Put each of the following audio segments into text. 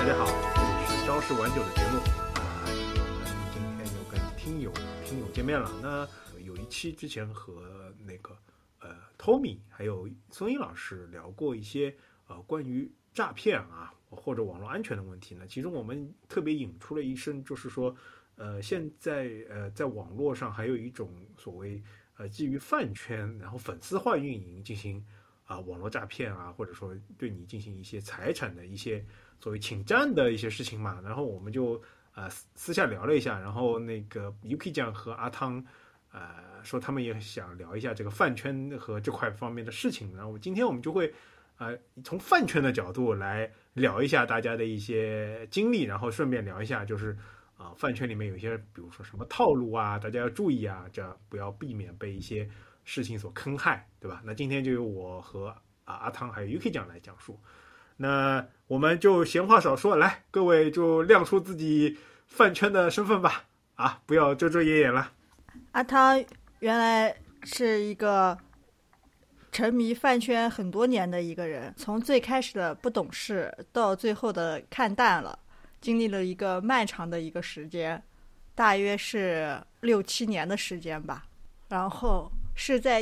家好，这里是朝十晚九的节目我们今天又跟听友见面了。那有一期之前和那个Tommy 还有松英老师聊过一些关于诈骗啊或者网络安全的问题呢，其中我们特别引出了一声，就是说现在在网络上还有一种所谓基于饭圈然后粉丝化运营进行网络诈骗啊，或者说对你进行一些财产的一些所谓侵占的一些事情嘛。然后我们就私下聊了一下，然后那个 Yuki 酱和阿汤说他们也想聊一下这个饭圈和这块方面的事情。然后今天我们就会从饭圈的角度来聊一下大家的一些经历，然后顺便聊一下就是饭圈里面有一些比如说什么套路啊，大家要注意啊，这不要避免被一些事情所坑害，对吧？那今天就由我和阿汤还有 Yuki 酱来讲述。那我们就闲话少说，来，各位就亮出自己饭圈的身份吧，不要遮遮掩掩了。 阿汤原来是一个沉迷饭圈很多年的一个人，从最开始的不懂事到最后的看淡了，经历了一个漫长的一个时间，大约是6-7年的时间吧。然后是在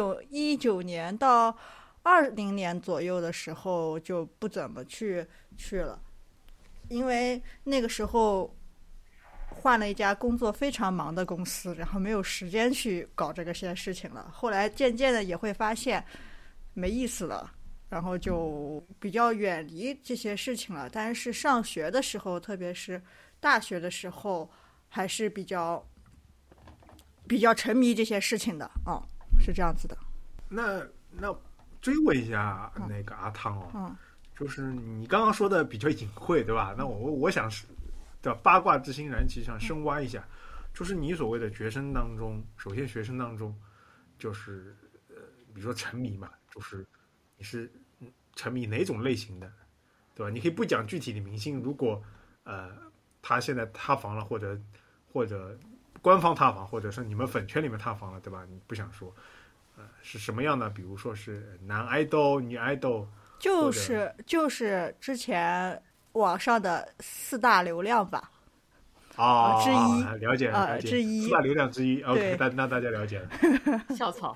19年到20年左右的时候就不怎么去了，因为那个时候换了一家工作非常忙的公司，然后没有时间去搞这个些事情了。后来渐渐的也会发现没意思了，然后就比较远离这些事情了。但是上学的时候，特别是大学的时候，还是比较沉迷这些事情的是这样子的。 那追问一下那个阿汤就是你刚刚说的比较隐晦，对吧？那我想是对吧，八卦之心燃起，想深挖一下，就是你所谓的学生当中，首先学生当中就是比如说沉迷嘛，就是你是沉迷哪种类型的，对吧？你可以不讲具体的明星，如果他现在塌房了，或者官方塌房，或者是你们粉圈里面塌房了，对吧？你不想说是什么样的？比如说是男爱豆、女爱豆， 就是之前网上的4大流量吧，之一， 了解之一，4 大流量之一。OK， 那大家了解了。 校草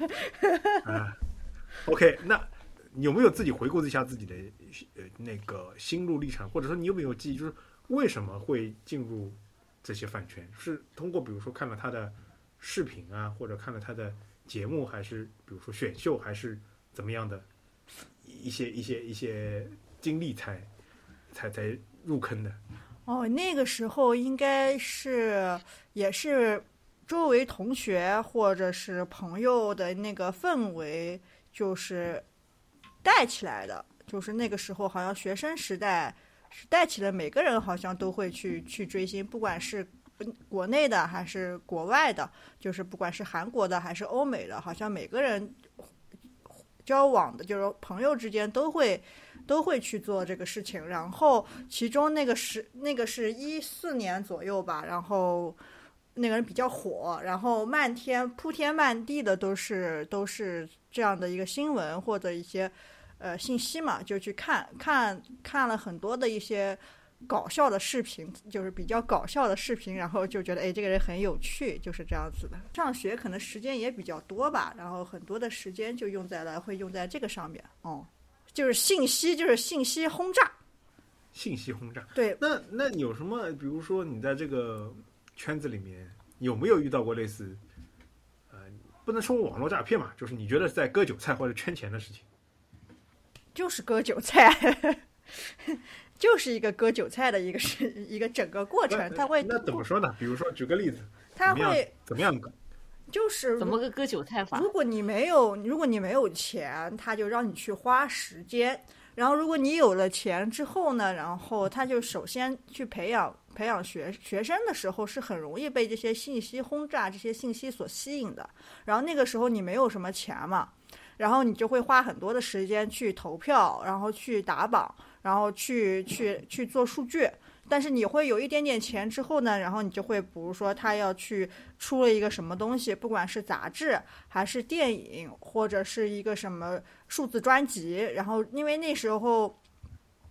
OK， 那有没有自己回顾一下自己的那个心路历程，或者说你有没有记忆，就是为什么会进入这些饭圈？是通过比如说看了他的视频啊，或者看了他的节目，还是比如说选秀，还是怎么样的一些经历才入坑的？ 那个时候应该也是周围同学或者是朋友的那个氛围就是带起来的，就是那个时候好像学生时代是带起了每个人好像都会去追星，不管是国内的还是国外的，就是不管是韩国的还是欧美的，好像每个人交往的就是朋友之间都会去做这个事情。然后其中那个是14年左右吧，然后那个人比较火，然后铺天漫地的都是这样的一个新闻或者一些信息嘛，就去看了很多的一些搞笑的视频，就是比较搞笑的视频，然后就觉得这个人很有趣，就是这样子的。上学可能时间也比较多吧，然后很多的时间就会用在这个上面。就是信息轰炸。 信息轰炸。 对。 那你有什么，比如说你在这个圈子里面有没有遇到过类似不能说网络诈骗嘛，就是你觉得在割韭菜或者圈钱的事情？ 就是割韭菜。就是一个割韭菜的一个整个过程。他会， 那怎么说呢？比如说举个例子， 他会怎么样割？ 就是怎么个割韭菜法？ 如果你没有钱，他就让你去花时间，然后如果你有了钱之后呢，然后他就首先去培养学生的时候是很容易被这些信息轰炸、这些信息所吸引的。然后那个时候你没有什么钱嘛，然后你就会花很多的时间去投票，然后去打榜，然后去做数据。但是你会有一点点钱之后呢，然后你就会比如说他要去出了一个什么东西，不管是杂志还是电影或者是一个什么数字专辑，然后因为那时候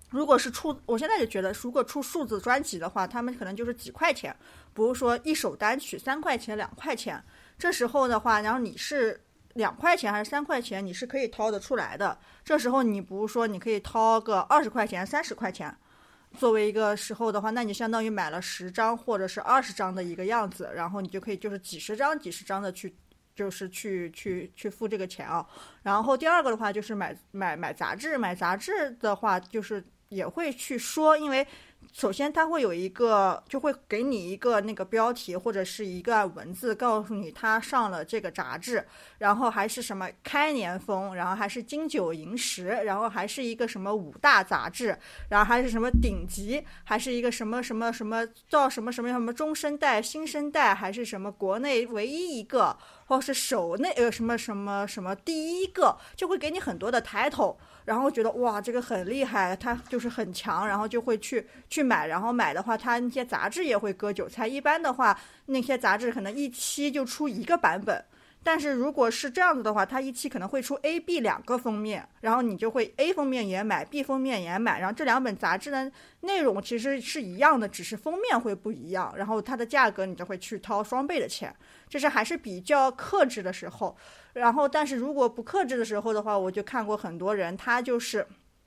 如果是我现在就觉得，如果出数字专辑的话，他们可能就是几块钱，比如说一首单曲3块钱、2块钱，这时候的话，然后你是2块钱还是3块钱，你是可以掏得出来的。这时候你比如说你可以掏个20块钱、30块钱，作为一个时候的话，那你相当于买了10张或者是20张的一个样子，然后你就可以就是几十张的去。就是去付这个钱啊，然后第二个的话就是买杂志，买杂志的话就是也会去说，因为首先它会有一个，就会给你一个那个标题或者是一个文字，告诉你他上了这个杂志，然后还是什么开年风，然后还是金九银十，然后还是一个什么5大杂志，然后还是什么顶级，还是一个什么叫什么中生代、新生代，还是什么国内唯一一个，或是首内什么第一个，就会给你很多的 title。然后觉得哇，这个很厉害，它就是很强，然后就会去买，然后买的话，它那些杂志也会割韭菜。一般的话，那些杂志可能一期就出1个版本，但是如果是这样子的话，它一期可能会出 A、B 2个封面，然后你就会 A 封面也买 ，B 封面也买，然后这2本杂志的内容其实是一样的，只是封面会不一样，然后它的价格你就会去掏双倍的钱，这是还是比较克制的时候。然后但是如果不克制的时候的话，我就看过很多人，他就是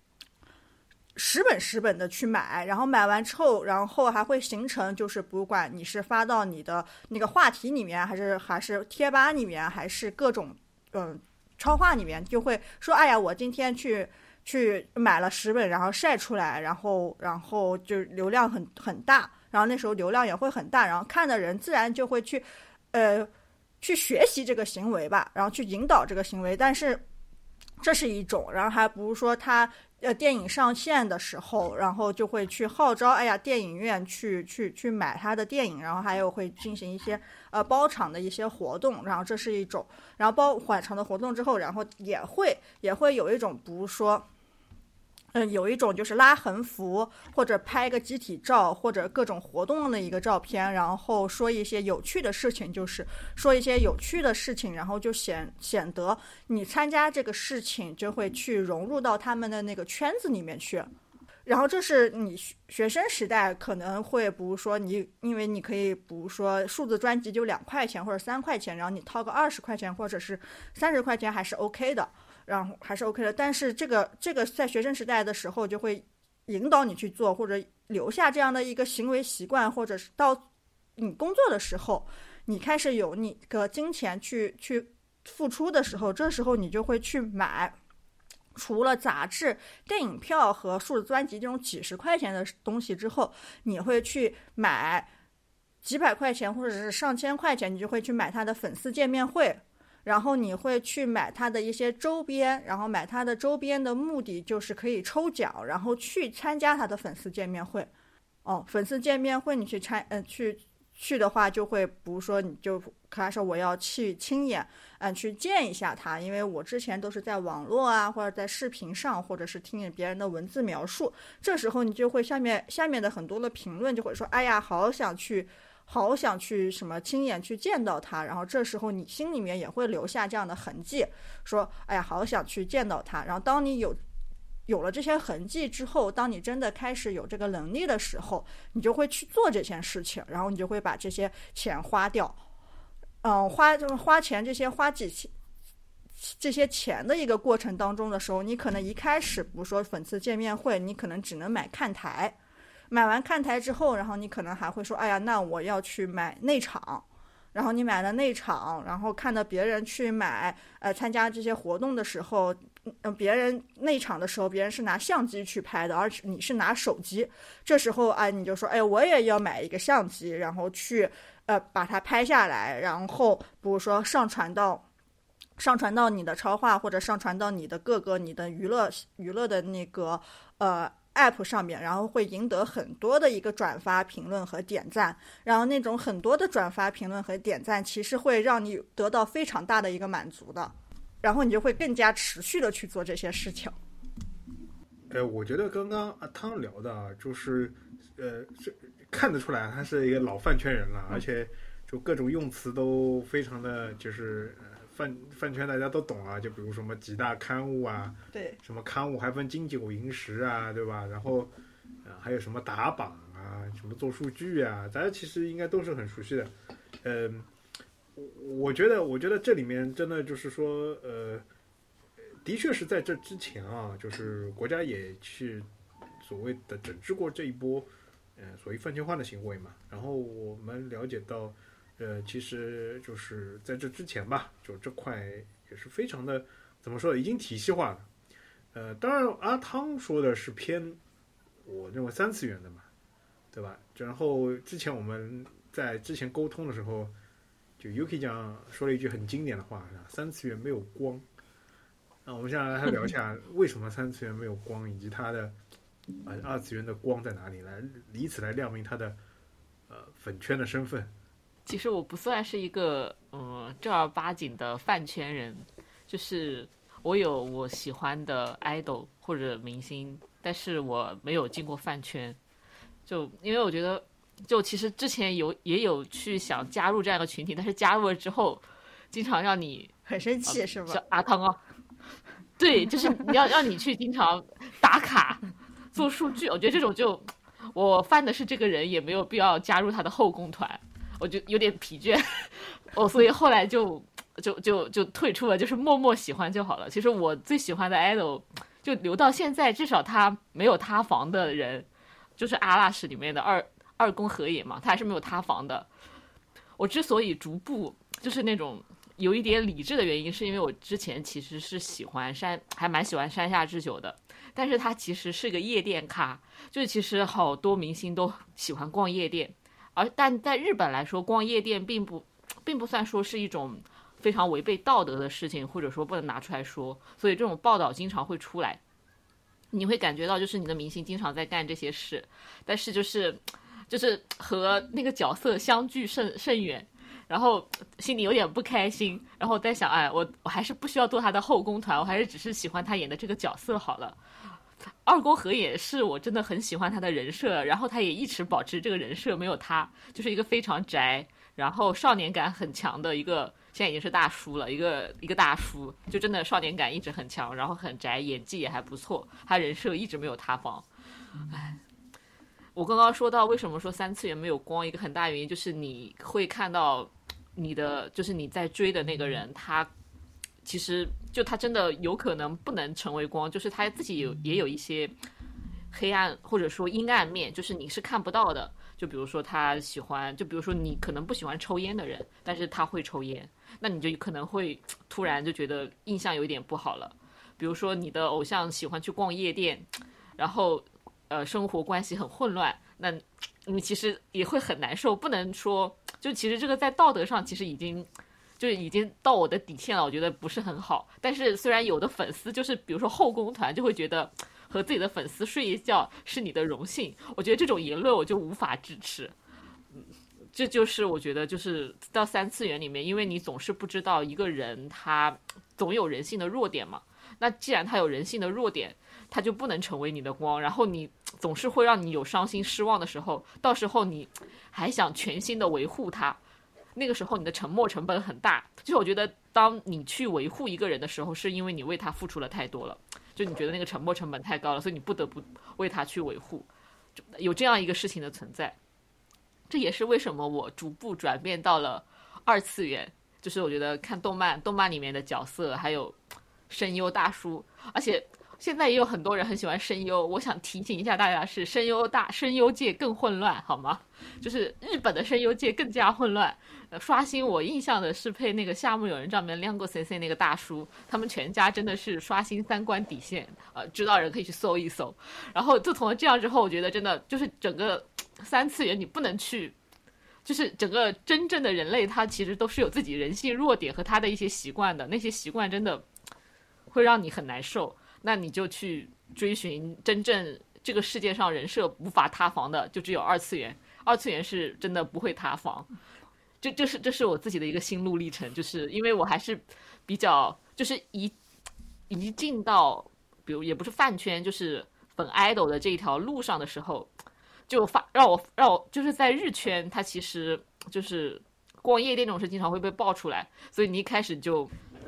10本的去买，然后买完之后，然后还会形成就是不管你是发到你的那个话题里面，还是贴吧里面，还是各种超话里面，就会说哎呀，我今天去买了10本，然后晒出来，然后就流量很大，然后那时候流量也会很大，然后看的人自然就会去学习这个行为吧，然后去引导这个行为。但是这是一种，然后还不如说他电影上线的时候，然后就会去号召哎呀电影院去买他的电影，然后还有会进行一些包场的一些活动，然后这是一种。然后包场的活动之后，然后也会有一种，比如说有一种就是拉横幅，或者拍个集体照，或者各种活动的一个照片，然后说一些有趣的事情，然后就显得你参加这个事情就会去融入到他们的那个圈子里面去。然后这是你学生时代可能会，比如说因为你可以，比如说数字专辑就2块钱或者3块钱，然后你掏个20块钱或者是30块钱还是 OK 的。然后还是 OK 的，但是这个在学生时代的时候就会引导你去做，或者留下这样的一个行为习惯，或者是到你工作的时候，你开始有你个金钱去付出的时候，这时候你就会去买。除了杂志、电影票和数字专辑这种几十块钱的东西之后，你会去买几百块钱或者是上千块钱，你就会去买他的粉丝见面会。然后你会去买它的一些周边，然后买它的周边的目的就是可以抽奖，然后去参加他的粉丝见面会。粉丝见面会你去的话，就会比如说你就他说我要去亲眼去见一下他，因为我之前都是在网络啊或者在视频上，或者是听别人的文字描述，这时候你就会下面的很多的评论就会说，哎呀，好想去什么亲眼去见到他，然后这时候你心里面也会留下这样的痕迹，说哎呀好想去见到他。然后当你有了这些痕迹之后，当你真的开始有这个能力的时候，你就会去做这件事情，然后你就会把这些钱花掉。花钱这些钱的一个过程当中的时候，你可能一开始比如说粉丝见面会，你可能只能买看台，买完看台之后，然后你可能还会说，哎呀，那我要去买内场。然后你买了内场，然后看到别人去买，参加这些活动的时候，别人内场的时候，别人是拿相机去拍的，而你是拿手机。这时候你就说，哎，我也要买一个相机，然后去把它拍下来，然后比如说上传到你的超话，或者上传到你的你的娱乐的那个app 上面，然后会赢得很多的一个转发、评论和点赞，然后那种很多的转发、评论和点赞，其实会让你得到非常大的一个满足的，然后你就会更加持续的去做这些事情。 我觉得刚刚阿汤聊的就是看得出来他是一个老饭圈人了，而且就各种用词都非常的就是饭圈大家都懂啊，就比如什么几大刊物啊， 对， 什么刊物还分经久银时啊，对吧？然后还有什么打榜啊，什么做数据啊，大家其实应该都是很熟悉的。我觉得这里面真的就是说，的确是在这之前啊，就是国家也去所谓的整治过这一波，所谓饭圈化的行为嘛。然后我们了解到，其实就是在这之前吧，就这块也是非常的怎么说，已经体系化了。当然阿汤说的是偏我认为三次元的嘛，对吧？然后之前我们在之前沟通的时候，就 Yuki 讲说了一句很经典的话，三次元没有光。那我们现在来聊一下为什么三次元没有光，以及它的二次元的光在哪里，来以此来亮明它的粉圈的身份。 其实我不算是一个正儿八经的饭圈人，就是我有我喜欢的 idol 或者明星，但是我没有进过饭圈。就因为我觉得，就其实之前也有去想加入这样一个群体，但是加入了之后，经常让你很生气是吧？ 阿汤哦，对，就是你要让你去经常打卡做数据，我觉得这种就我犯的是这个人，也没有必要加入他的后宫团，我就有点疲倦，所以后来就退出了，就是默默喜欢就好了。其实我最喜欢的 idol 就留到现在，至少他没有塌房的人，就是阿拉什里面的二宫和也嘛，他还是没有塌房的。我之所以逐步就是那种有一点理智的原因，是因为我之前其实是还蛮喜欢山下智久的，但是他其实是个夜店咖，就是其实好多明星都喜欢逛夜店，但在日本来说，逛夜店并不算说是一种非常违背道德的事情，或者说不能拿出来说，所以这种报道经常会出来，你会感觉到就是你的明星经常在干这些事，但是就是和那个角色相距甚远，然后心里有点不开心，然后在想，我还是不需要做他的后宫团，我还是只是喜欢他演的这个角色好了。二宫和也是我真的很喜欢他的人设，然后他也一直保持这个人设没有他，就是一个非常宅，然后少年感很强的一个，现在已经是大叔了，一个大叔，就真的少年感一直很强，然后很宅，演技也还不错，他人设一直没有塌房。我刚刚说到为什么说三次元没有光，一个很大原因就是你会看到就是你在追的那个人，他其实就他真的有可能不能成为光，就是他自己也有一些黑暗或者说阴暗面，就是你是看不到的。就比如说他喜欢，就比如说你可能不喜欢抽烟的人，但是他会抽烟，那你就可能会突然就觉得印象有点不好了。比如说你的偶像喜欢去逛夜店，然后生活关系很混乱，那你其实也会很难受。不能说就其实这个在道德上其实已经到我的底线了，我觉得不是很好。但是虽然有的粉丝就是比如说后宫团就会觉得和自己的粉丝睡一觉是你的荣幸，我觉得这种言论我就无法支持。这就是我觉得就是到三次元里面，因为你总是不知道一个人他总有人性的弱点嘛，那既然他有人性的弱点，他就不能成为你的光，然后你总是会让你有伤心失望的时候，到时候你还想全心的维护他，那个时候你的沉没成本很大。就是我觉得当你去维护一个人的时候，是因为你为他付出了太多了，就你觉得那个沉没成本太高了，所以你不得不为他去维护，有这样一个事情的存在。这也是为什么我逐步转变到了二次元，就是我觉得看动漫里面的角色还有声优大叔，而且现在也有很多人很喜欢声优，我想提醒一下大家是声优界更混乱好吗？就是日本的声优界更加混乱。刷新我印象的是配那个夏目友人帐里面亮过 CC 那个大叔，他们全家真的是刷新三观底线，知道人可以去搜一搜。然后自从了这样之后，我觉得真的就是整个三次元你不能去，就是整个真正的人类他其实都是有自己人性弱点和他的一些习惯的，那些习惯真的会让你很难受。那你就去追寻真正这个世界上人设无法塌房的，就只有二次元。二次元是真的不会塌房。这是我自己的一个心路历程，就是因为我还是比较就是一进到比如也不是饭圈，就是粉 idol 的这一条路上的时候，就让我就是在日圈，它其实就是逛夜店这种事经常会被爆出来，所以你一开始就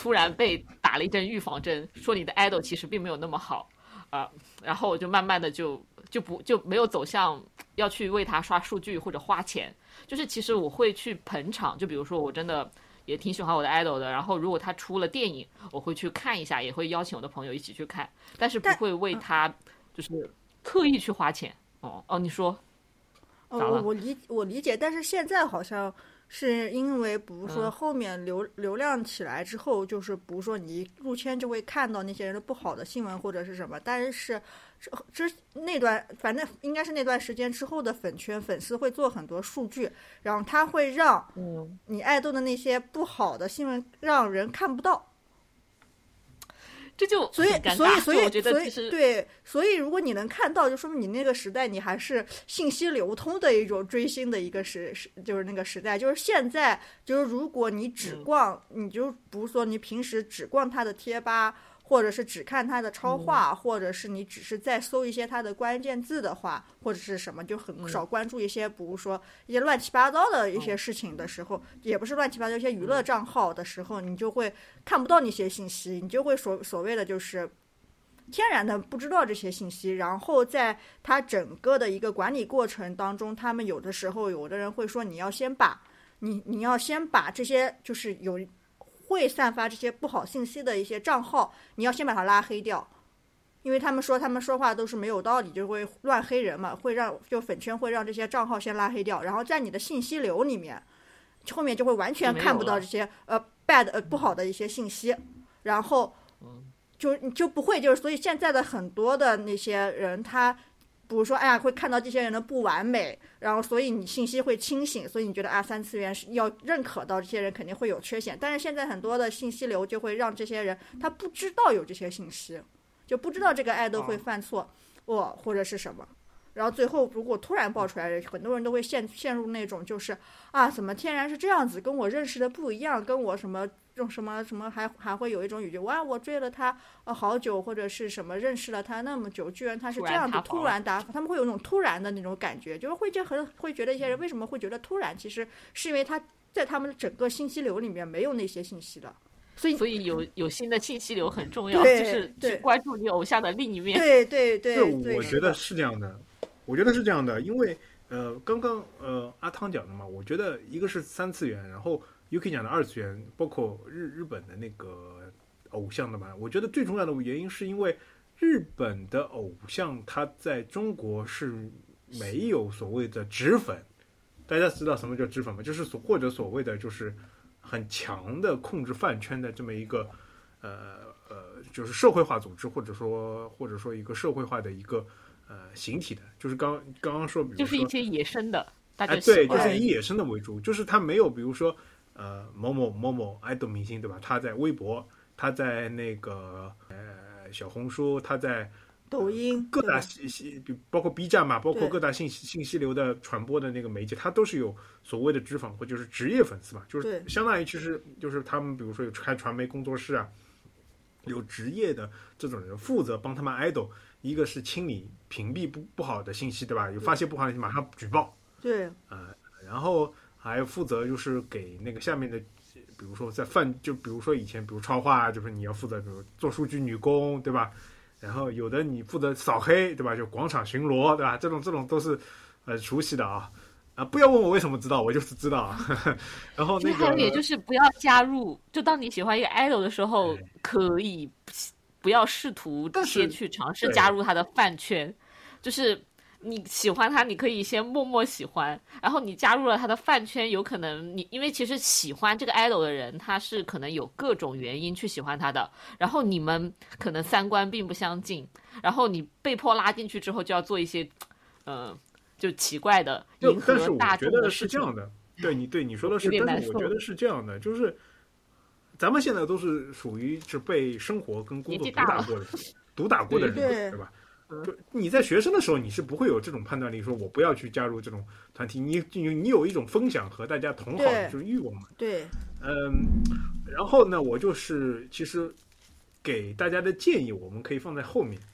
突然被打了一针预防针，说你的 idol 其实并没有那么好然后我就慢慢的就没有走向要去为他刷数据或者花钱，就是其实我会去捧场，就比如说我真的也挺喜欢我的 idol 的，然后如果他出了电影，我会去看一下，也会邀请我的朋友一起去看，但是不会为他就是刻意去花钱。你说？ 我理解，但是现在好像是因为，比如说后面流量起来之后，就是比如说你一入圈就会看到那些人的不好的新闻或者是什么，但是那段反正应该是那段时间之后的粉丝会做很多数据，然后他会让你爱豆的那些不好的新闻让人看不到。 这就所以我觉得其实对，所以如果你能看到，就说明你那个时代你还是信息流通的一种追星的一个就是那个时代。就是现在，就是如果你只逛，你就不是说你平时只逛他的贴吧，或者是只看他的超话，或者是你只是在搜一些他的关键字的话，或者是什么，就很少关注一些，比如说一些乱七八糟的一些事情的时候，也不是乱七八糟一些娱乐账号的时候，你就会看不到那些信息，你就会所谓的就是天然的不知道这些信息。然后在他整个的一个管理过程当中，他们有的时候有的人会说，你要先把这些就是会散发这些不好信息的一些账号，你要先把它拉黑掉，因为他们说话都是没有道理，就会乱黑人嘛，就粉圈会让这些账号先拉黑掉，然后在你的信息流里面，后面就会完全看不到这些不好的一些信息，然后你就不会所以现在的很多的那些人他。比如说，会看到这些人的不完美，然后所以你信息会清醒，所以你觉得三次元是要认可到这些人肯定会有缺陷，但是现在很多的信息流就会让这些人他不知道有这些信息，就不知道这个爱豆会犯错或者是什么，然后最后如果突然爆出来，很多人都会陷入那种就是怎么天然是这样子，跟我认识的不一样，跟我什么用什么还会有一种语句，我追了他好久，或者是什么认识了他那么久，居然他是这样子突然打，他们会有那种突然的那种感觉，就是会觉得一些人为什么会觉得突然，其实是因为他在他们的整个信息流里面没有那些信息的，所以有新的信息流很重要，就是去关注你偶像的另一面。 对， 我觉得是这样的，因为刚刚阿汤讲的嘛，我觉得一个是3次元，然后 UK 讲的2次元，包括日本的那个偶像的嘛，我觉得最重要的原因是因为日本的偶像他在中国是没有所谓的脂粉，大家知道什么叫脂粉吗？就是或者所谓的就是很强的控制饭圈的这么一个就是社会化组织，或者说一个社会化的一个形体的，就是刚刚说，比如说就是一些野生的，大家对，就是以野生的为主，就是他没有比如说某某爱豆明星，对吧？他在微博，他在那个小红书，他在抖音各大包括 B 站嘛，包括各大信息流的传播的那个媒介，它都是有所谓的脂粉或者是职业粉丝嘛，就是相当于其实就是他们比如说有开传媒工作室啊，有职业的这种人负责帮他们 idol， 一个是清理屏蔽不好的信息，对吧？有发现不好的信息马上举报， 对， 然后还负责就是给那个下面的，比如说就比如说以前比如超话，就是你要负责比如做数据女工，对吧？然后有的你负责扫黑，对吧？就广场巡逻，对吧？这种都是熟悉的啊。不要问我为什么知道，我就是知道啊。然后那个还有一点就是不要加入，就当你喜欢一个 idol 的时候，可以不要试图先去尝试加入他的饭圈，就是你喜欢他，你可以先默默喜欢，然后你加入了他的饭圈，有可能因为其实喜欢这个 idol 的人，他是可能有各种原因去喜欢他的，然后你们可能三观并不相近，然后你被迫拉进去之后，就要做一些就奇怪的迎合大众的事情。 但是我觉得是这样的，对你说的是，但是我觉得是这样的，就是咱们现在都是属于是被生活跟工作毒打过的人，对吧？就你在学生的时候，你是不会有这种判断力，说我不要去加入这种团体，你有一种分享和大家同好的就是欲望嘛。 对， 然后呢，我就是其实给大家的建议，我们可以放在后面。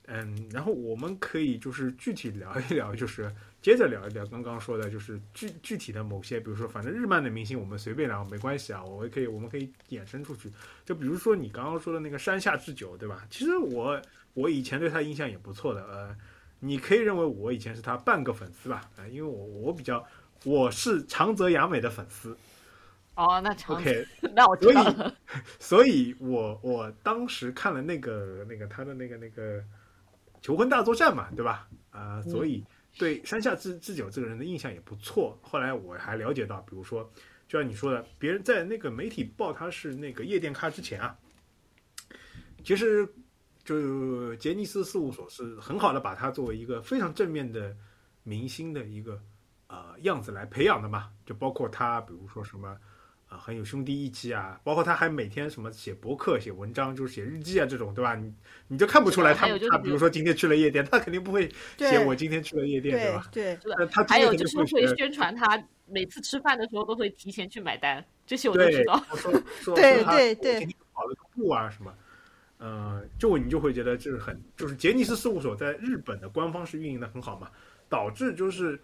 然后我们可以就是具体聊一聊，就是接着聊一聊刚刚说的，就是具体的某些，比如说反正日漫的明星我们随便聊没关系啊，我们可以衍生出去。就比如说你刚刚说的那个山下智久，对吧？其实我以前对他印象也不错的，你可以认为我以前是他半个粉丝吧，因为我是长泽雅美的粉丝。 哦，那 OK， 那我知道了。 所以我当时看了那个他的那个求婚大作战嘛，对吧？所以对山下智久这个人的印象也不错。后来我还了解到，比如说，就像你说的，别人在那个媒体报他是那个夜店咖之前啊，其实就杰尼斯事务所是很好的把他作为一个非常正面的明星的一个样子来培养的嘛，就包括他，比如说什么。很有兄弟义气啊，包括他还每天什么写博客、写文章，就是写日记啊这种，对吧？你就看不出来他比如说今天去了夜店，他肯定不会写我今天去了夜店，对吧？ 对， 他还有就是会宣传他每次吃饭的时候都会提前去买单，这些我都知道。 对对对， 今天跑了个步啊什么，你就会觉得就是杰尼斯事务所在日本的官方是运营的很好嘛，导致就是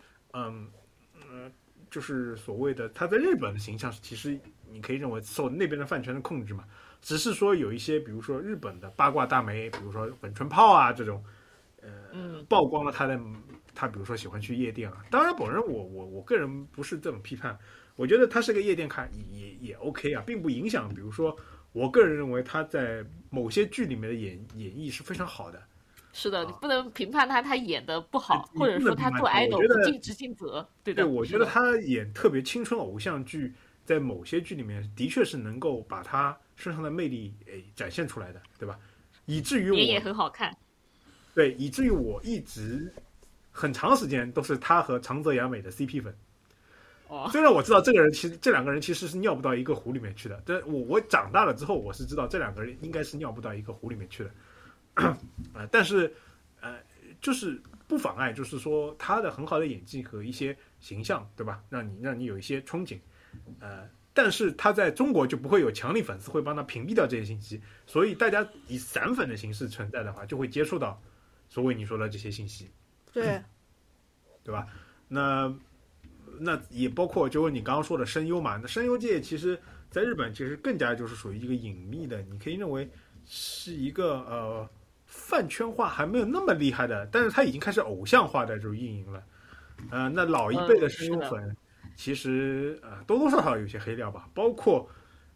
就是所谓的他在日本的形象，其实你可以认为受那边的饭圈的控制嘛。只是说有一些，比如说日本的八卦大媒，比如说本村炮啊这种，曝光了他比如说喜欢去夜店啊。当然，本人我个人不是这种批判，我觉得他是个夜店咖也 OK 啊，并不影响。比如说，我个人认为他在某些剧里面的演绎是非常好的。 是的，你不能评判他演的不好，或者说他做 idol 不尽职尽责。对的， 我觉得他演特别青春偶像剧，在某些剧里面的确是能够把他身上的魅力展现出来的，对吧？以至于脸也很好看。 对，以至于我一直很长时间都是他和长泽雅美的 CP 粉。虽然我知道这两个人其实是尿不到一个壶里面去的，但我长大了之后，我是知道这两个人应该是尿不到一个壶里面去的。但是就是不妨碍，就是说他的很好的演技和一些形象，对吧？让你有一些憧憬，但是他在中国就不会有强力粉丝会帮他屏蔽掉这些信息，所以大家以散粉的形式存在的话，就会接触到所谓你说的这些信息， 对吧？那也包括就是你刚刚说的声优嘛，那声优界其实在日本其实更加就是属于一个隐秘的，你可以认为是一个饭圈化还没有那么厉害的，但是他已经开始偶像化的这种运营了。那老一辈的声优粉，其实多多少少有些黑料吧，包括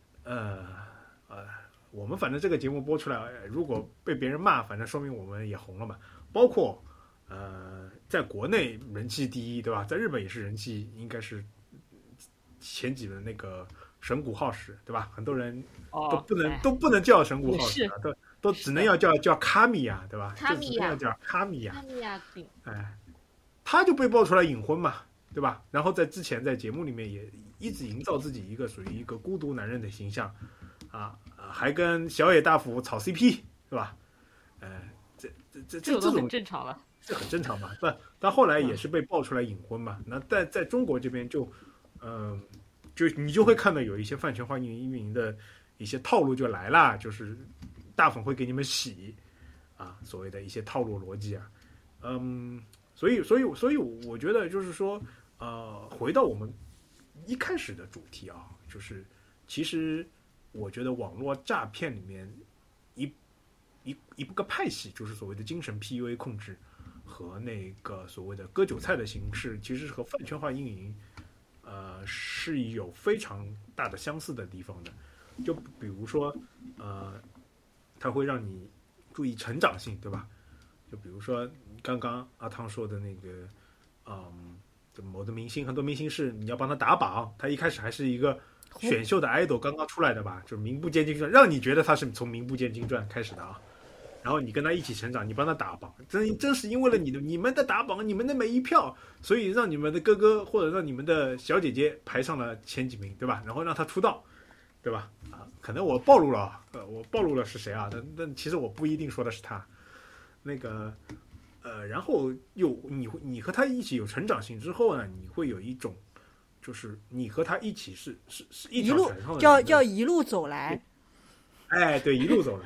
我们反正这个节目播出来，如果被别人骂，反正说明我们也红了嘛。包括在国内人气第一，对吧？在日本也是人气应该是前几的那个神谷浩史，对吧？很多人都不能叫神谷浩史啊，都只能要叫卡米亚，对吧？ 卡米亚就只能要叫卡米亚。 卡米亚， 他就被爆出来隐婚嘛，对吧？然后之前在节目里面也一直营造自己一个属于一个孤独男人的形象，还跟小野大辅炒 CP， 对吧？这种很正常了， 这很正常嘛。但后来也是被爆出来隐婚嘛。那在中国这边就你就会看到有一些饭圈化运营的一些套路就来啦，就是大粉会给你们洗所谓的一些套路逻辑啊，所以我觉得就是说，回到我们一开始的主题啊，就是其实我觉得网络诈骗里面一个派系，就是所谓的精神 PUA 控制和那个所谓的割韭菜的形式，其实是和饭圈化运营是有非常大的相似的地方的。就比如说它会让你注意成长性，对吧？就比如说刚刚阿汤说的那个某的明星，很多明星是你要帮他打榜，他一开始还是一个选秀的 idol 刚刚出来的吧，就是名不见经传，让你觉得他是从名不见经传开始的啊。然后你跟他一起成长，你帮他打榜，真是因为了你们的打榜，你们的每一票，所以让你们的哥哥或者让你们的小姐姐排上了前几名，对吧？然后让他出道，对吧？可能我暴露了是谁啊？但其实我不一定说的是他。那个然后你和他一起有成长性之后呢，你会有一种，就是你和他一起是一条船上的， 叫一路走来。 对，一路走来，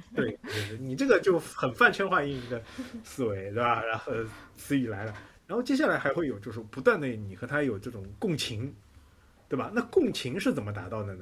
对，你这个就很饭圈化应的思维，对吧？然后词语来了，然后接下来还会有就是不断的你和他有这种共情，对吧？那共情是怎么达到的呢？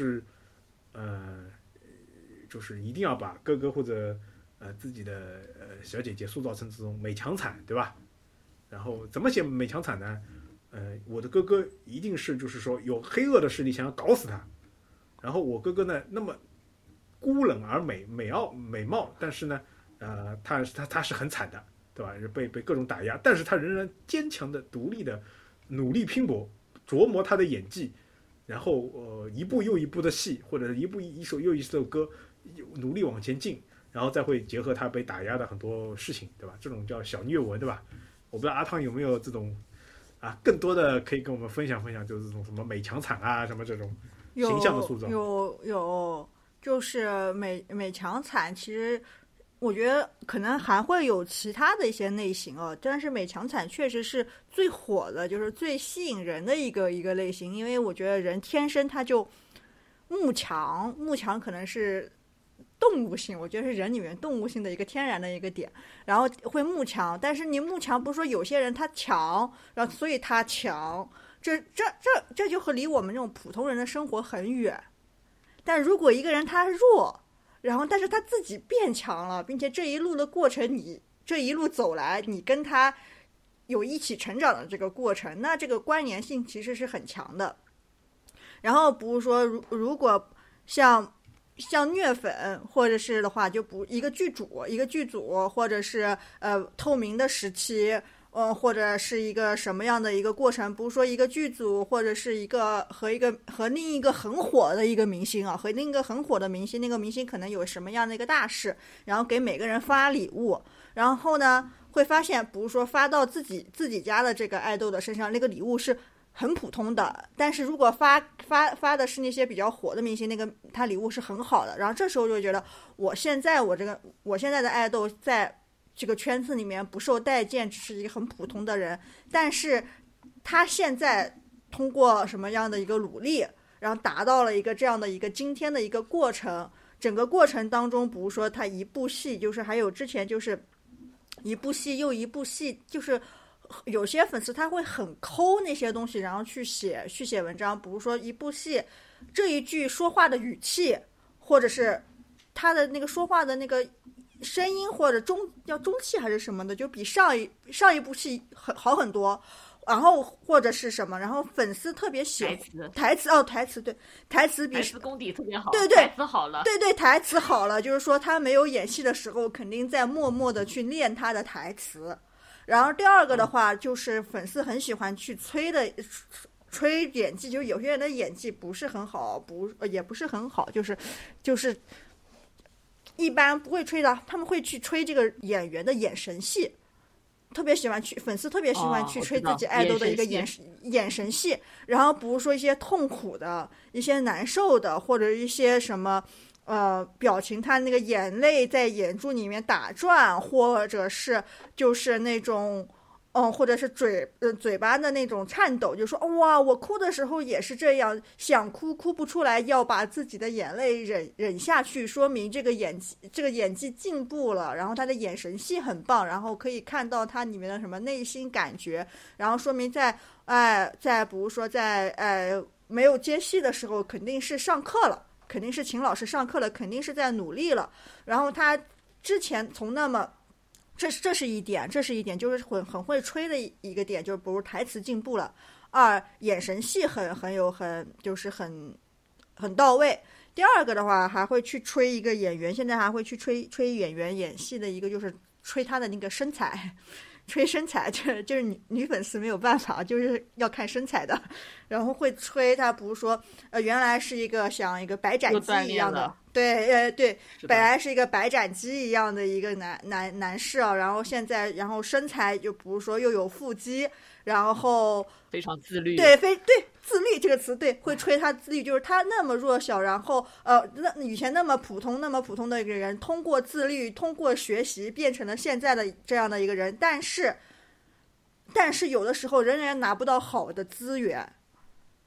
就是一定要把哥哥或者自己的小姐姐塑造成这种美强惨，对吧？然后怎么写美强惨呢？我的哥哥一定是就是说有黑恶的势力想要搞死他，然后我哥哥呢那么孤冷而美貌，但是呢，他是很惨的，对吧？被各种打压，但是他仍然坚强的、独立的、努力拼搏，琢磨他的演技，然后一步又一步的戏，或者一首又一首歌，努力往前进，然后再会结合他被打压的很多事情，对吧？这种叫小虐文，对吧？我不知道阿汤有没有这种更多的可以跟我们分享分享，就是这种什么美强惨啊，什么这种形象的塑造。 有，就是美强惨，其实我觉得可能还会有其他的一些类型哦，但是美强惨确实是最火的，就是最吸引人的一个类型，因为我觉得人天生他就慕强可能是动物性，我觉得是人里面动物性的一个天然的一个点，然后会慕强，但是你慕强不是说有些人他强，然后所以他强，这就和离我们这种普通人的生活很远。但如果一个人他弱，然后但是他自己变强了，并且这一路的过程，你这一路走来，你跟他有一起成长的这个过程，那这个关联性其实是很强的。然后比如说如果像虐粉或者是的话，就不一个剧组，或者是透明的时期，或者是一个什么样的一个过程，比如说一个剧组，或者是和另一个很火的一个明星啊，和另一个很火的明星，那个明星可能有什么样的一个大事，然后给每个人发礼物，然后呢会发现，比如说发到自己家的这个爱豆的身上，那个礼物是很普通的，但是如果发的是那些比较火的明星，那个他礼物是很好的，然后这时候就觉得我现在的爱豆在这个圈子里面不受待见，只是一个很普通的人，但是他现在通过什么样的一个努力，然后达到了一个这样的一个今天的一个过程，整个过程当中，比如说他一部戏，就是还有之前就是一部戏又一部戏，就是有些粉丝他会很抠那些东西，然后去写文章，比如说一部戏这一句说话的语气，或者是他的那个说话的那个声音，或者中气还是什么的，就比上一部戏好很多。然后或者是什么，然后粉丝特别喜欢台词，对，台词功底特别好， 对， 台词好了， 对，台词好了，就是说他没有演戏的时候，肯定在默默的去练他的台词。然后第二个的话，就是粉丝很喜欢去吹演技，就是有些人的演技不是很好，也不是很好，就是一般不会吹的，他们会去吹这个演员的眼神戏，粉丝特别喜欢去吹自己爱豆的一个眼神戏，然后比如说一些痛苦的、一些难受的，或者一些什么表情，他那个眼泪在眼珠里面打转，或者是就是那种或者是嘴巴的那种颤抖，就说哇，我哭的时候也是这样，想哭不出来，要把自己的眼泪忍下去，说明这个演技进步了，然后他的眼神戏很棒，然后可以看到他里面的什么内心感觉，然后说明在比如说在没有接戏的时候，肯定是上课了，肯定是请老师上课了，肯定是在努力了，然后他之前从那么。这是一点，就是很会吹的一个点，就是比如台词进步了，二眼神戏就是很到位。第二个的话，还会去吹一个演员，现在还会去吹演员演戏的一个，就是吹他的那个身材。吹身材，就是女粉丝没有办法，就是要看身材的，然后会吹他，比如说原来是一个像一个白斩鸡一样的，对，本来是一个白斩鸡一样的一个男士啊，然后现在身材就比如说又有腹肌，然后非常自律， 对自律这个词，对，会吹他自律，就是他那么弱小，然后以前那么普通的一个人，通过自律，通过学习，变成了现在的这样的一个人，但是有的时候仍然拿不到好的资源，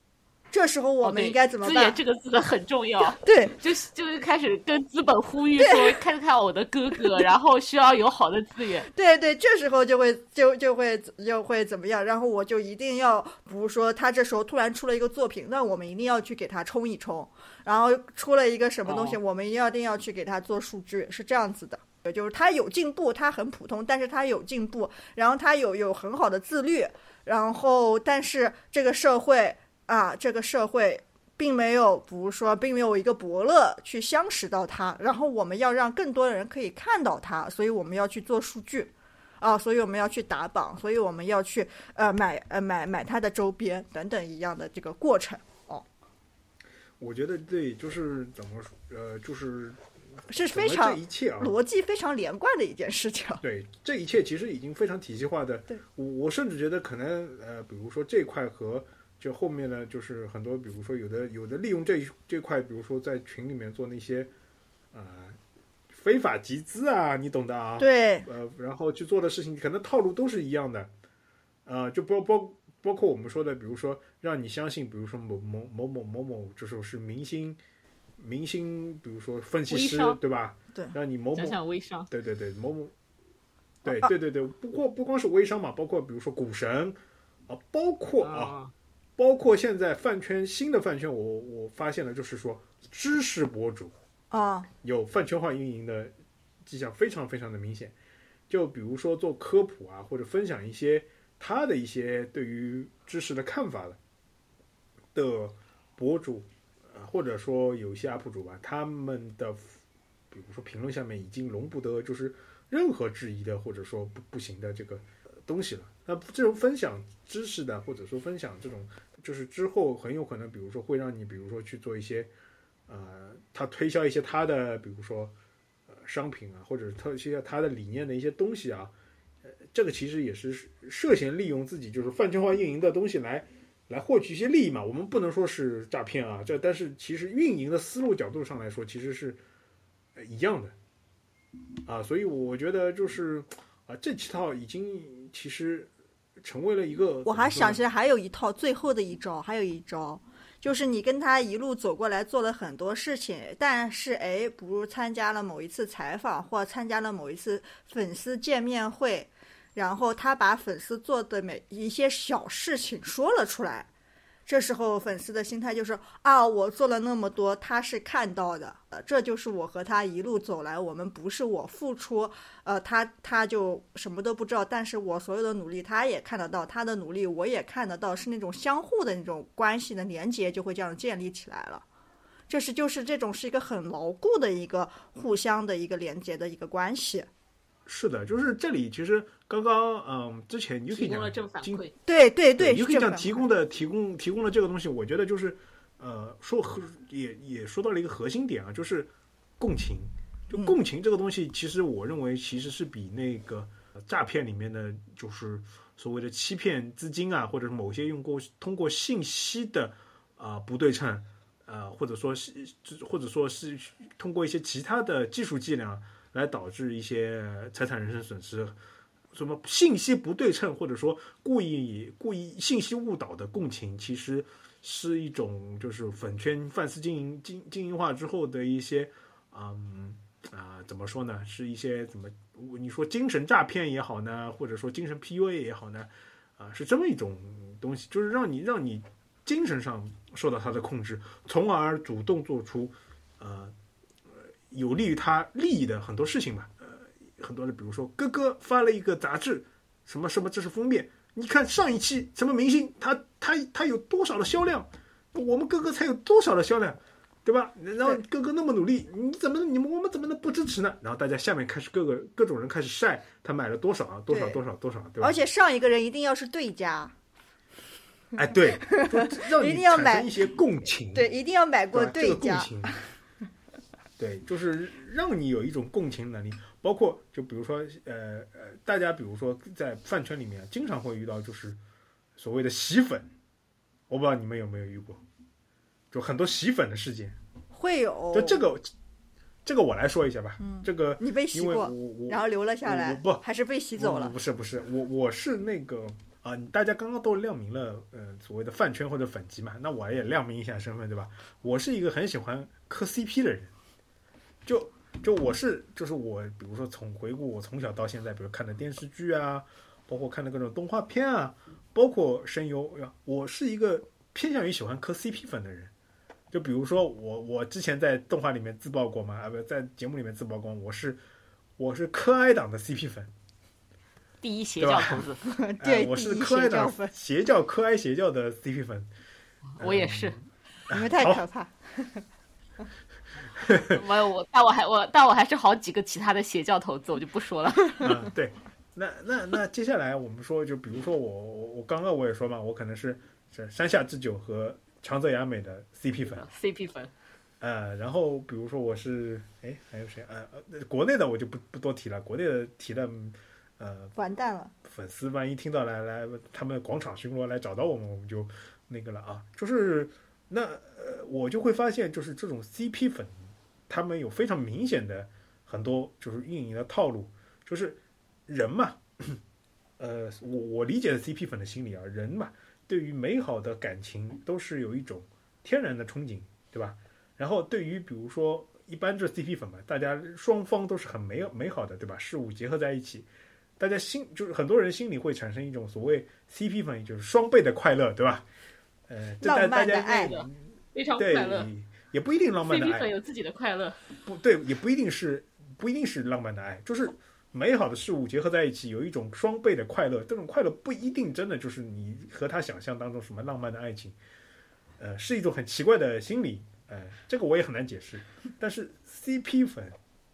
这时候我们应该怎么办？ 资源这个字很重要。 对， 就是开始跟资本呼吁说，看看我的哥哥，然后需要有好的资源。 对，这时候就会怎么样？然后我就一定要，比如说他这时候突然出了一个作品，那我们一定要去给他冲一冲。然后出了一个什么东西，我们一定要去给他做数据，是这样子的。就是他有进步，他很普通，但是他有进步，然后他有很好的自律，然后但是这个社会并没有，比如说并没有一个伯乐去相识到他，然后我们要让更多的人可以看到他，所以我们要去做数据所以我们要去打榜，所以我们要去买他的周边等等一样的这个过程我觉得对，就是怎么说就是非常这一切逻辑非常连贯的一件事情。 对，这一切其实已经非常体系化的。 对， 我甚至觉得可能比如说这块和就后面呢，就是很多比如说有的利用这块，比如说在群里面做那些非法集资啊，你懂的啊。 对。 然后去做的事情，可能套路都是一样的。就包括我们说的，比如说让你相信，比如说某，这首是明星，比如说分析师，对吧？ 对， 让你某微商， 对某，对，不光是微商嘛，包括比如说股神包括现在新的饭圈，我发现了，就是说知识博主有饭圈化运营的迹象，非常非常的明显。就比如说做科普啊，或者分享一些他的一些对于知识的看法的博主，或者说有些 UP 主吧，他们的比如说评论下面已经容不得就是任何质疑的或者说不行的这个东西了。那这种分享知识的，或者说分享这种，就是之后很有可能，比如说会让你，比如说去做一些他推销一些他的，比如说商品啊，或者推销他的理念的一些东西啊，这个其实也是涉嫌利用自己就是饭圈化运营的东西来获取一些利益嘛。我们不能说是诈骗啊，但是其实运营的思路角度上来说，其实是一样的所以我觉得就是这几套已经其实成为了一个。 我还想起来还有一套最后的一招，就是你跟他一路走过来做了很多事情，但是比如参加了某一次采访或参加了某一次粉丝见面会，然后他把粉丝做的每一些小事情说了出来，这时候粉丝的心态就是我做了那么多，他是看到的，这就是我和他一路走来，我们不是我付出，他就什么都不知道，但是我所有的努力他也看得到，他的努力我也看得到，是那种相互的那种关系的连接就会这样建立起来了。就是这种是一个很牢固的一个互相的一个连接的一个关系。 是的，就是这里其实刚刚之前 Yuki 提供了正反馈， 对 Yuki 讲提供了这个东西，我觉得就是也说到了一个核心点啊，就是共情。就共情这个东西，其实我认为其实是比那个诈骗里面的就是所谓的欺骗资金啊，或者是某些通过信息的不对称或者说是通过一些其他的技术伎俩来导致一些财产人身损失，什么信息不对称或者说故意信息误导的共情，其实是一种就是粉圈饭丝经营化之后的一些怎么说呢？是一些你说精神诈骗也好呢，或者说精神 PUA 也好呢，是这么一种东西，就是让你精神上受到他的控制，从而主动做出有利于他利益的很多事情嘛。很多的，比如说哥哥发了一个杂志，什么什么，这是封面，你看上一期什么明星，他有多少的销量，我们哥哥才有多少的销量。对吧？然后哥哥那么努力，我们怎么能不支持呢？然后大家下面开始各种人开始晒他买了多少，对吧？ 而且上一个人一定要是对家。 对，让你产生一些共情。 对，一定要买过对家。 这个共情对，就是让你有一种共情能力。包括就比如说大家比如说在饭圈里面经常会遇到就是所谓的洗粉，我不知道你们有没有遇过。就很多洗粉的事件会有， 就这个我来说一下吧。这个你被洗过，然后留了下来， 不还是被洗走了？ 不是，我是那个啊，大家刚刚都亮明了，所谓的饭圈或者粉级嘛，那我也亮明一下身份，对吧？我是一个很喜欢磕 CP 的人，就是我，比如说回顾我从小到现在，比如看的电视剧啊，包括看的各种动画片啊，包括声优，我是一个偏向于喜欢磕 CP 粉的人。就比如说我之前在动画里面自曝过嘛，不在节目里面自曝过，我是柯哀党的 CP 粉， 第一邪教头子， 对， 我是第一柯哀党邪教粉， 柯哀邪教的 CP 粉， 我也是。 你们太可怕。 但我还是好几个其他的邪教头子，我就不说了。 对，那接下来我们说，就比如说我刚刚我也说嘛，我可能是山下智久和长泽雅美的 CP 粉 ，CP 粉。 然后比如说我是还有谁国内的我就不多提了，国内的提的完蛋了， 粉丝万一听到来他们广场巡逻来找到我们就那个了啊，就是我就会发现就是这种 CP 粉他们有非常明显的很多就是运营的套路，就是人嘛我理解的 CP 粉的心理啊，人嘛对于美好的感情都是有一种天然的憧憬，对吧？然后对于比如说一般这 CP 粉嘛，大家双方都是很美好的，对吧？事物结合在一起，大家就是很多人心里会产生一种所谓 CP 粉，就是双倍的快乐，对吧？ 浪漫的爱的，非常快乐， 也不一定浪漫的爱。 CP 粉有自己的快乐， 也不一定是浪漫的爱，就是美好的事物结合在一起，有一种双倍的快乐。这种快乐不一定真的就是你和他想象当中什么浪漫的爱情，是一种很奇怪的心理。这个我也很难解释，但是 CP 粉，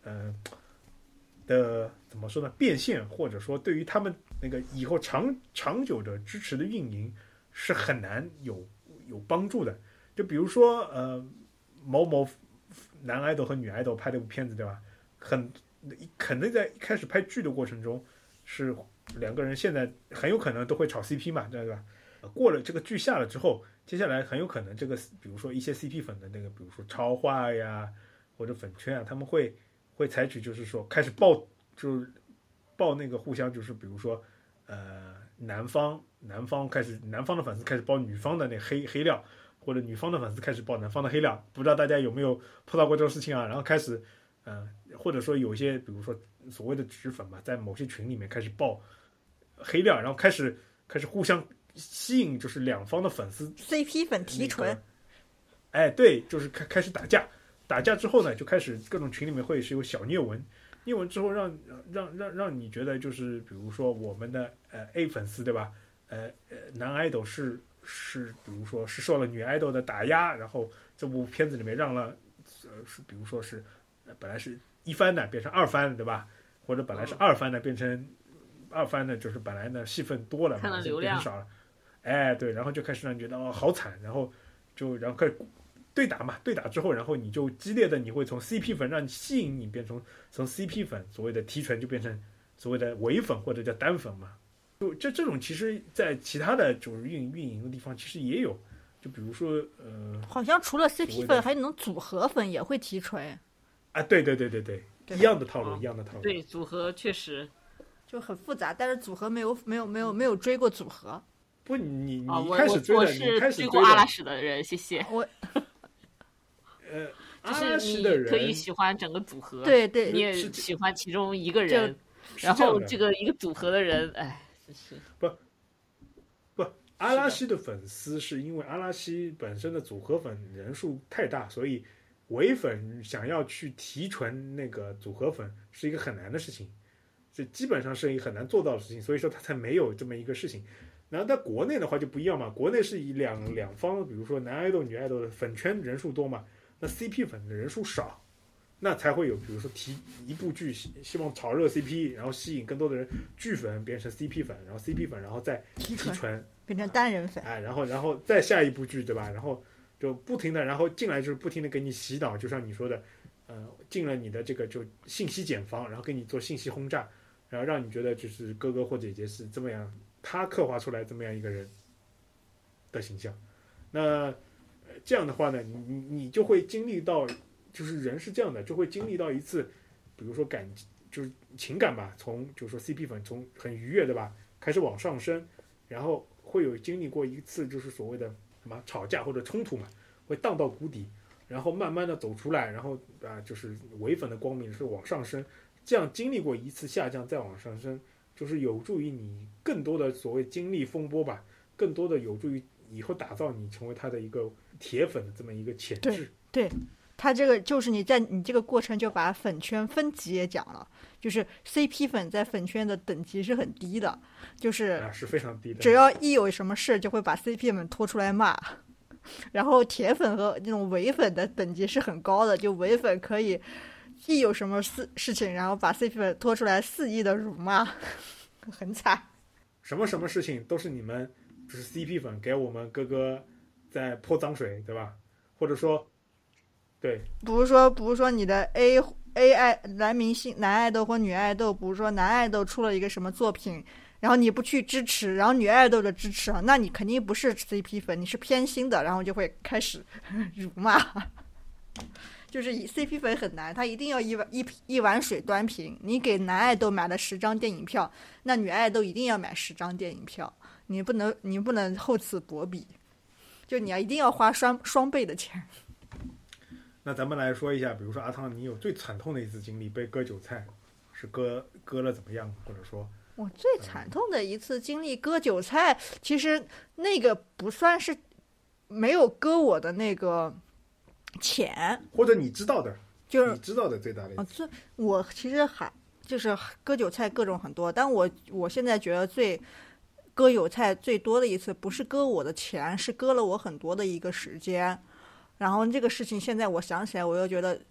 的怎么说呢？变现或者说对于他们那个以后长久的支持的运营是很难有帮助的。就比如说某某男爱豆和女爱豆拍了部片子，对吧？肯定在一开始拍剧的过程中，是两个人现在很有可能都会炒 CP 嘛，对吧？过了这个剧下了之后，接下来很有可能这个，比如说一些 CP 粉的那个，比如说超话呀或者粉圈啊，他们会采取就是说开始就是爆那个互相就是比如说男方的粉丝开始爆女方的那黑料，或者女方的粉丝开始爆男方的黑料，不知道大家有没有碰到过这种事情啊？然后开始或者说有一些比如说所谓的纸粉嘛，在某些群里面开始爆黑料，然后开始互相吸引就是两方的粉丝 CP 粉提纯， 对，就是开始打架之后呢，就开始各种群里面会是有小虐文之后让你觉得就是比如说我们的A 粉丝对吧？男爱豆是比如说是受了女爱豆的打压，然后这部片子里面让了是比如说是本来是一番的变成二番的对吧？或者本来是二番的变成二番的，就是本来呢戏份多了， 看了流量少了。对，然后就开始让你觉得好惨，然后开始对打嘛，对打之后，然后你就激烈的你会从 CP 粉让你吸引你变成从 CP 粉所谓的提纯就变成所谓的伪粉或者叫单粉嘛，就这种其实在其他的就是运营的地方其实也有，就比如说好像除了 CP 粉，还有那种组合粉也会提纯对，一样的套路， 对，组合确实就很复杂，但是组合没有追过组合。 不，你一开始追我的，你开始追过阿拉什的人，谢谢。就是你可以喜欢整个组合， 对， 你也喜欢其中一个人，然后这个一个组合的人，真是不，阿拉西的粉丝是因为阿拉西本身的组合粉人数太大，所以伪粉想要去提纯那个组合粉是一个很难的事情，这基本上是一个很难做到的事情，所以说他才没有这么一个事情。然后在国内的话就不一样嘛，国内是以两方，比如说男爱豆、女爱豆的粉圈人数多嘛，那 CP 粉的人数少，那才会有，比如说提一部剧希望炒热 CP， 然后吸引更多的人，剧粉变成 CP 粉，然后 CP 粉然后再提纯变成单人粉， 然后再下一部剧对吧？然后就不停的，然后进来就是不停的给你洗脑，就像你说的，进了你的这个就信息茧房，然后给你做信息轰炸，然后让你觉得就是哥哥或姐姐是这么样。他刻画出来这么样一个人的形象，那这样的话呢，你就会经历到，就是人是这样的，就会经历到一次，比如说就是情感吧，从就是说 CP 粉从很愉悦对吧，开始往上升， 然后会有经历过一次就是所谓的什么吵架或者冲突嘛，会荡到谷底，然后慢慢的走出来，然后就是唯粉的光明是往上升，这样经历过一次下降再往上升，就是有助于你更多的所谓经历风波吧，更多的有助于以后打造你成为他的一个铁粉的这么一个潜质。 对，他这个就是你在你这个过程就把粉圈分级也讲了，就是 CP 粉在粉圈的等级是很低的，就是是非常低的， 只要一有什么事就会把 CP 粉拖出来骂。然后铁粉和那种伪粉的等级是很高的，就伪粉可以一有什么事情，然后把 CP 粉拖出来肆意的辱骂，很惨。 什么事情都是你们就是 CP 粉给我们哥哥在泼脏水，对吧？或者说，对， 比如说你的 A 爱男明星、男爱豆或女爱豆，比如说男爱豆出了一个什么作品，然后你不去支持，然后女爱豆的支持，那你肯定不是 CP 粉，你是偏心的，然后就会开始辱骂。就是 CP 粉很难，他一定要一碗水端平。你给男爱豆买了10张电影票，那女爱豆一定要买10张电影票，你不能厚此薄彼，就你一定要花双倍的钱。 那咱们来说一下，比如说阿汤，你有最惨痛的一次经历被割韭菜，是割了怎么样？或者说， 我最惨痛的一次经历割韭菜，其实那个不算是没有割我的那个钱， 或者你知道的， 就是你知道的最大的一次。 我其实就是割韭菜各种很多，但我现在觉得割韭菜最多的一次不是割我的钱，是割了我很多的一个时间。然后这个事情现在我想起来，我又觉得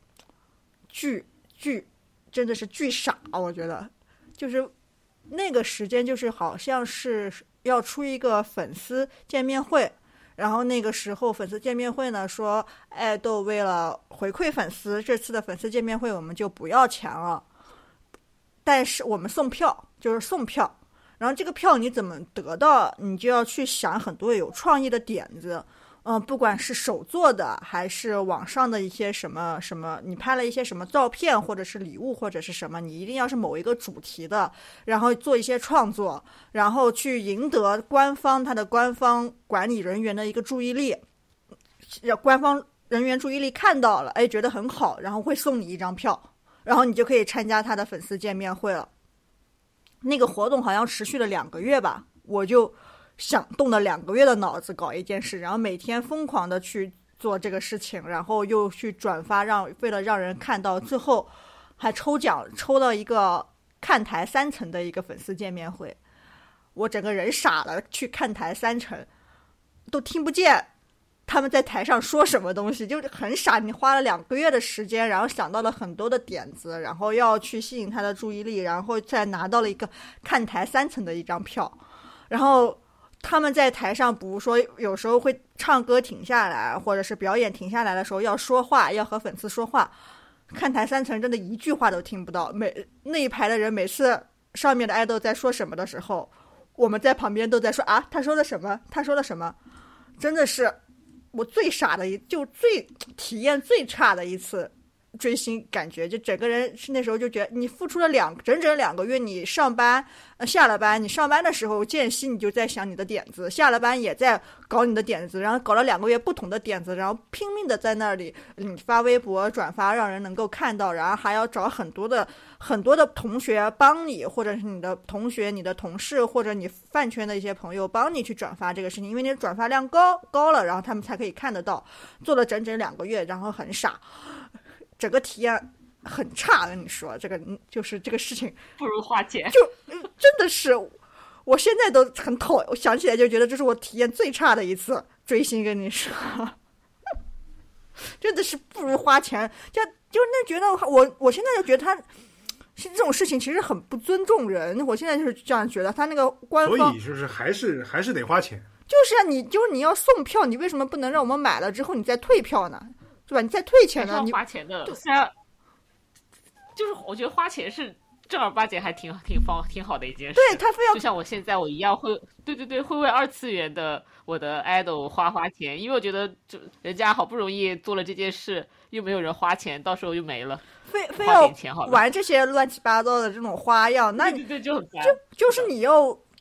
真的是巨傻。我觉得就是那个时间，就是好像是要出一个粉丝见面会，然后那个时候粉丝见面会呢说，爱豆为了回馈粉丝，这次的粉丝见面会我们就不要钱了，但是我们送票，就是送票。然后这个票你怎么得到，你就要去想很多有创意的点子。不管是手做的还是网上的一些什么，你拍了一些什么照片或者是礼物或者是什么，你一定要是某一个主题的，然后做一些创作，然后去赢得他的官方管理人员的一个注意力，让官方人员注意力看到了，觉得很好，然后会送你一张票，然后你就可以参加他的粉丝见面会了。那个活动好像持续了2个月吧，我就想动了2个月的脑子搞一件事，然后每天疯狂的去做这个事情，然后又去转发，为了让人看到，最后还抽奖抽到一个看台3层的一个粉丝见面会。我整个人傻了，去看台3层都听不见他们在台上说什么东西，就是很傻。你花了2个月的时间，然后想到了很多的点子，然后要去吸引他的注意力，然后再拿到了一个看台3层的一张票。然后他们在台上，比如说有时候会唱歌停下来，或者是表演停下来的时候要说话，要和粉丝说话，看台3层真的一句话都听不到。那一排的人每次上面的爱豆在说什么的时候，我们在旁边都在说啊，他说了什么，他说了什么。真的是我最傻的体验最差的一次追星感觉，就整个人是那时候就觉得你付出了整整2个月，你上班下了班，你上班的时候间隙你就在想你的点子，下了班也在搞你的点子，然后搞了2个月不同的点子，然后拼命的在那里你发微博转发让人能够看到，然后还要找很多的同学帮你，或者是你的同学、你的同事或者你饭圈的一些朋友帮你去转发这个事情，因为你的转发量高了，然后他们才可以看得到。做了整整2个月，然后很傻，整个体验很差。跟你说，就是这个事情不如花钱， 就真的是，我现在都很我想起来就觉得这是我体验最差的一次追星。跟你说，真的是不如花钱。就那觉得我现在就觉得他是这种事情其实很不尊重人。我现在就是这样觉得，他那个官方， 所以就是还是得花钱。 就是啊，你要送票，你为什么不能让我们买了之后你再退票呢？对吧？你再退钱呢？ 你花钱的，虽然就是我觉得花钱是正儿八经还挺好的一件事。 对，他非要就像我现在我一样会，对，会为2次元的我的 idol 花钱，因为我觉得就人家好不容易做了这件事，又没有人花钱，到时候又没了， 非要玩这些乱七八糟的这种花样，那对就很烦。 就是你要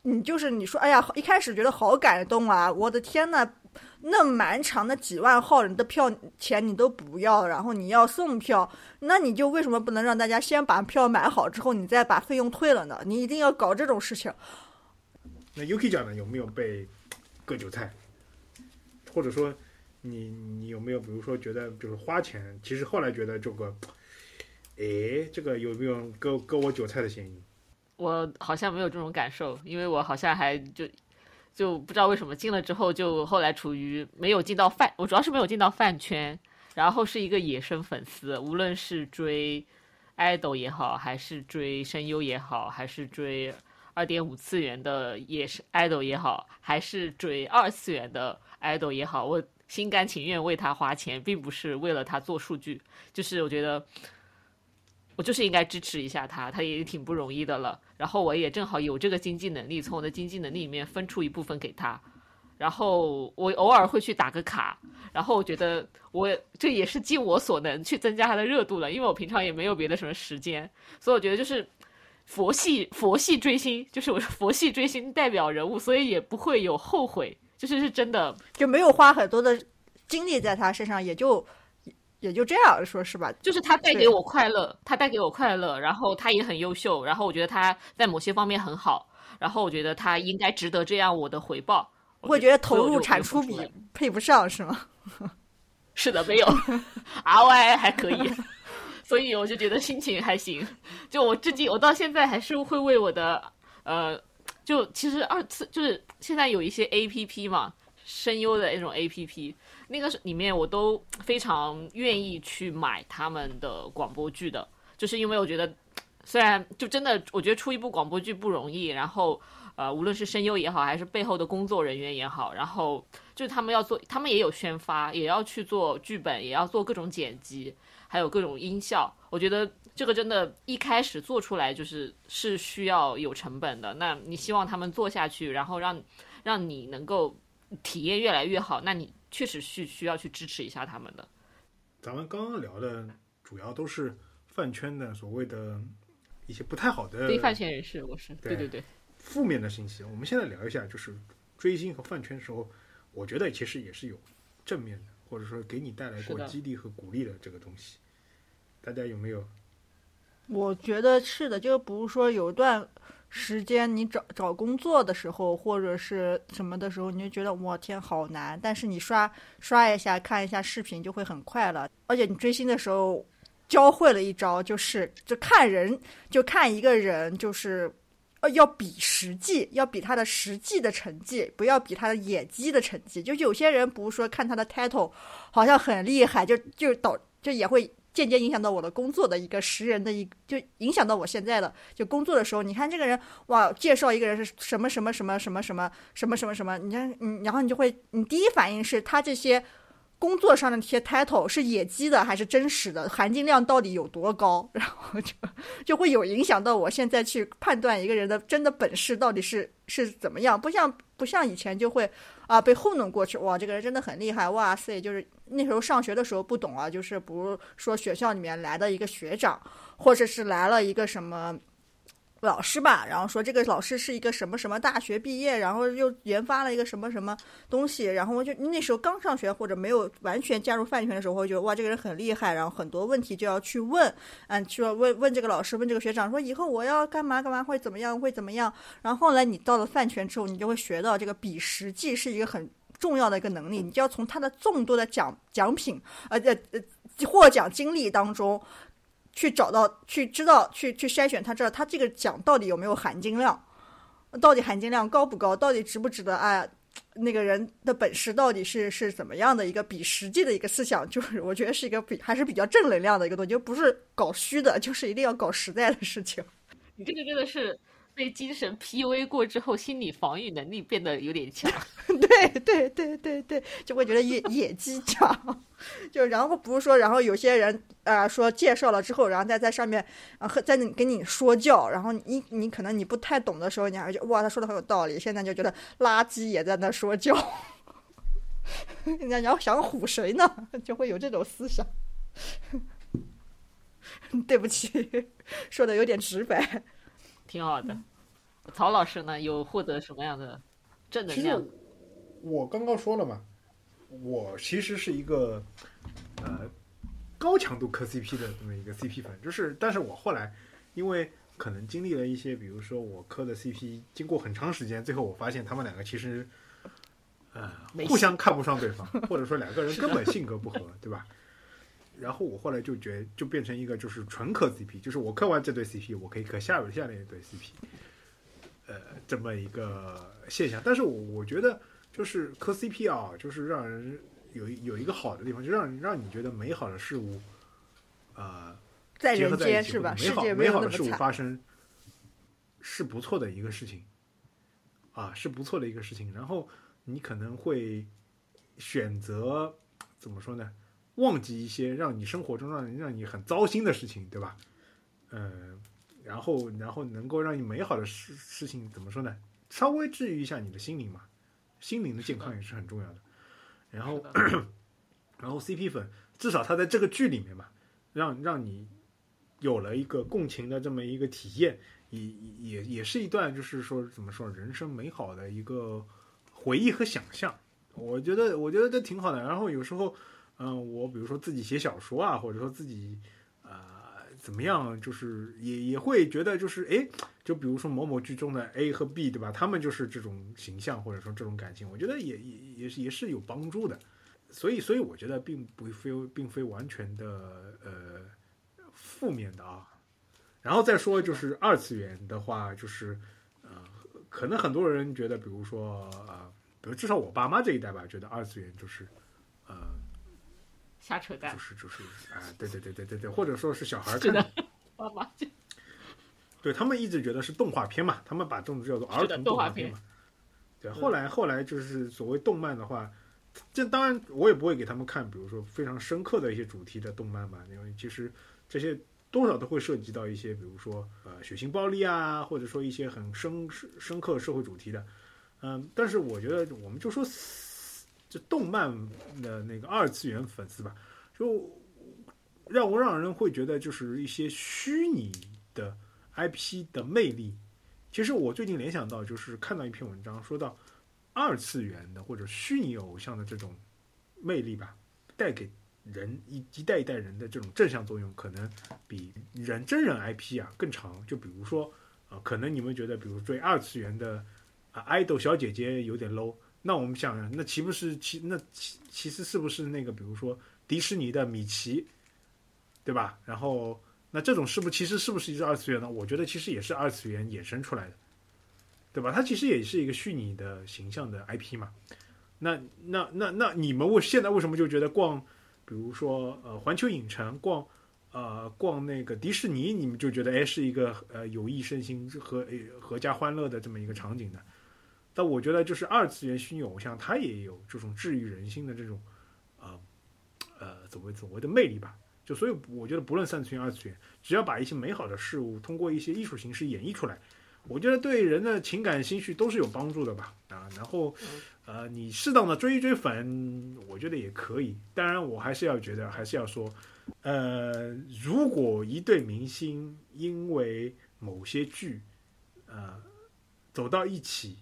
你说，哎呀，一开始觉得好感动啊，我的天呐，那漫长的几万号人的票钱你都不要，然后你要送票，那你就为什么不能让大家先把票买好之后，你再把费用退了呢？你一定要搞这种事情。 那 Yuki 讲呢，有没有被割韭菜？或者说你有没有比如说觉得就是花钱，其实后来觉得这个有没有割我韭菜的嫌疑？ 我好像没有这种感受，因为我好像还就不知道为什么进了之后，就后来处于没有进到我主要是没有进到饭圈，然后是一个野生粉丝，无论是追 idol 也好，还是追声优也好，还是追2.5次元的也是 idol 也好，还是追2次元的 idol 也好，我心甘情愿为他花钱，并不是为了他做数据，就是我觉得我就是应该支持一下他，他也挺不容易的了。然后我也正好有这个经济能力，从我的经济能力里面分出一部分给他。然后我偶尔会去打个卡，然后我觉得这也是尽我所能去增加他的热度了，因为我平常也没有别的什么时间，所以我觉得就是佛系追星，就是我是佛系追星代表人物，所以也不会有后悔，就是真的就没有花很多的精力在他身上，也就这样说是吧？ 就是他带给我快乐，然后他也很优秀，然后我觉得他在某些方面很好，然后我觉得他应该值得这样我的回报。 我觉得投入产出比配不上是吗？ 是的，没有ROI 还可以，所以我就觉得心情还行。就我到现在还是会为我的就其实就是现在有一些 APP 嘛，声优的那种 APP， 那个里面我都非常愿意去买他们的广播剧的，就是因为我觉得虽然就真的我觉得出一部广播剧不容易，然后无论是声优也好，还是背后的工作人员也好，然后就是他们也有宣发，也要去做剧本，也要做各种剪辑，还有各种音效。我觉得这个真的一开始做出来是需要有成本的。那你希望他们做下去，然后让你能够体验越来越好，那你确实是需要去支持一下他们的。 咱们刚刚聊的主要都是饭圈的所谓的一些不太好的非饭圈人士，对负面的信息。我们现在聊一下，就是追星和饭圈的时候，我觉得其实也是有正面的，或者说给你带来过激励和鼓励的这个东西。大家有没有？ 我觉得是的，就比如说有一段时间你找工作的时候，或者是什么的时候，你就觉得我天好难，但是你刷一下看一下视频就会很快乐。而且你追星的时候教会了一招，就看一个人就是要比实际，要比他的实际的成绩，不要比他的野鸡的成绩。就有些人不是说看他的 title 好像很厉害，就也会渐渐影响到我的工作的一个识人的就影响到我现在的就工作的时候，你看这个人哇，介绍一个人是什么什么什么什么什么什么什么什么，你看然后你第一反应是他这些工作上的这些 title 是野鸡的还是真实的，含金量到底有多高，然后就会有影响到我现在去判断一个人的真的本事到底是怎么样，不像以前就会被糊弄过去，哇这个人真的很厉害，哇塞，就是那时候上学的时候不懂就是比如说学校里面来的一个学长，或者是来了一个什么老师吧，然后说这个老师是一个什么什么大学毕业，然后又研发了一个什么什么东西，然后我就那时候刚上学或者没有完全加入饭圈的时候，我觉得哇这个人很厉害，然后很多问题就要去问，去问这个老师，问这个学长，说以后我要干嘛会怎么样，然后后来你到了饭圈之后，你就会学到这个比实际是一个很重要的一个能力，你就要从他的众多的奖品获奖经历当中去找到，去知道，去筛选他这个奖到底有没有含金量，到底含金量高不高，到底值不值得那个人的本事到底是怎么样的一个比实际的一个思想，就是我觉得是一个还是比较正能量的一个东西，就不是搞虚的，就是一定要搞实在的事情。 你这个真的是被精神 PUA 过之后，心理防御能力变得有点强。 对，就会觉得野鸡强。就然后不是说，然后有些人说介绍了之后，然后再在上面再给你说教，然后你可能你不太懂的时候，你还觉得哇他说的很有道理，现在就觉得垃圾也在那说教，然后想唬谁呢？就会有这种思想。对不起，说的有点直白。 挺好的。 曹老师呢，有获得什么样的正能其实量？ 我刚刚说了嘛，我其实是一个高强度磕 CP 的这么一个 CP 粉，就是但是我后来因为可能经历了一些，比如说我磕的 CP，经过很长时间，最后我发现他们两个其实没互相看不上对方，或者说两个人根本性格不合，对吧？然后我后来就变成一个就是纯磕 CP，就是我磕完这对 CP，我可以磕下面一对 CP，这么一个现象。但是我觉得就是磕 CP 啊，就是让人有一个好的地方，就让你觉得美好的事物， 在人结合在一起间是吧？世界没有美好的事物那么惨。 发生，是不错的一个事情，是不错的一个事情。然后你可能会选择怎么说呢？忘记一些让你生活中让你很糟心的事情，对吧？然后能够让你美好的事情怎么说呢？稍微治愈一下你的心灵嘛，心灵的健康也是很重要的。然后然后 CP 粉至少他在这个剧里面嘛，让你有了一个共情的这么一个体验，也是一段就是说怎么说人生美好的一个回忆和想象。我觉得这挺好的。然后有时候，我比如说自己写小说啊，或者说自己怎么样，就是也会觉得就是就比如说某某剧中的 A 和 B， 对吧？他们就是这种形象或者说这种感情，我觉得也是有帮助的。所以我觉得并非完全的负面的啊。然后再说就是二次元的话，就是可能很多人觉得，比如说比如至少我爸妈这一代吧，觉得二次元就是瞎扯淡， 就是对，或者说是小孩是看的，爸妈就对他们一直觉得是动画片嘛，他们把这种叫做儿童动画片嘛。对，后来就是所谓动漫的话，这当然我也不会给他们看，比如说非常深刻的一些主题的动漫嘛，因为其实这些多少都会涉及到一些，比如说血腥暴力啊，或者说一些很深刻社会主题的。但是我觉得我们就说这动漫的那个二次元粉丝吧，就让人会觉得就是一些虚拟的 IP 的魅力。其实我最近联想到，就是看到一篇文章说到二次元的或者虚拟偶像的这种魅力吧，带给人一代一代人的这种正向作用，可能比真人 IP 更长。就比如说可能你们觉得，比如追二次元的idol 小姐姐有点 low， 那我们想，那其实是不是那个，比如说迪士尼的米奇，对吧？然后那这种其实是不是一只二次元呢？我觉得其实也是二次元衍生出来的，对吧？它其实也是一个虚拟的形象的 IP 嘛。那你们现在为什么就觉得逛，比如说环球影城逛那个迪士尼，你们就觉得是一个有益身心和阖家欢乐的这么一个场景呢？但我觉得就是二次元虚拟偶像，它也有这种治愈人心的这种所谓的魅力吧。就所以我觉得不论三次元二次元，只要把一些美好的事物通过一些艺术形式演绎出来，我觉得对人的情感心绪都是有帮助的吧。然后你适当的追一追粉，我觉得也可以。当然我还是要说，如果一对明星因为某些剧走到一起，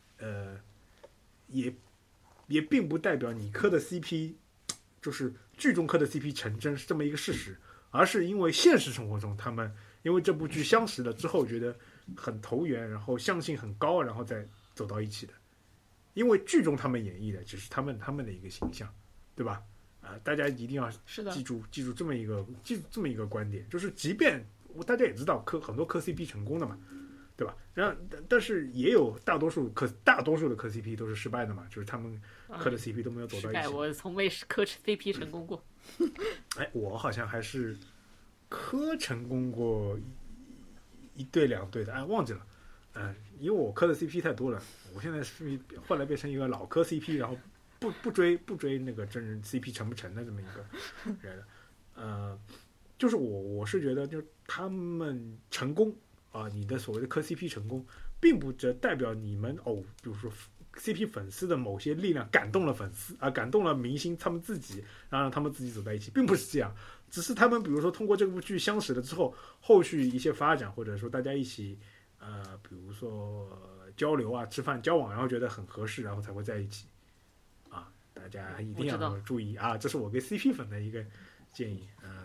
也并不代表你磕的 CP 就是剧中磕的 CP 成真是这么一个事实，而是因为现实生活中他们因为这部剧相识了之后觉得很投缘，然后相性很高，然后再走到一起的。因为剧中他们演绎的只是他们的一个形象，对吧？大家一定要记住这么一个观点，就是即便大家也知道很多磕 CP 成功的嘛，对吧？但是也有大多数的磕 CP 都是失败的嘛，就是他们磕的 CP 都没有走到一起。 我从未磕 CP 成功过。 我好像还是磕成功过一对两对的，忘记了。因为我磕的 CP 太多了，我现在是后来变成一个老磕 CP， 然后不追那个真人 CP 成不成的这么一个人。就是我是觉得，就是他们成功你的所谓的磕 CP 成功，并不代表你们比如说 CP 粉丝的某些力量感动了粉丝感动了明星他们自己，然后让他们自己走在一起，并不是这样。只是他们比如说通过这部剧相识了之后，后续一些发展，或者说大家一起比如说交流啊、吃饭、交往，然后觉得很合适，然后才会在一起啊。大家一定要注意啊，这是我给 CP 粉的一个建议。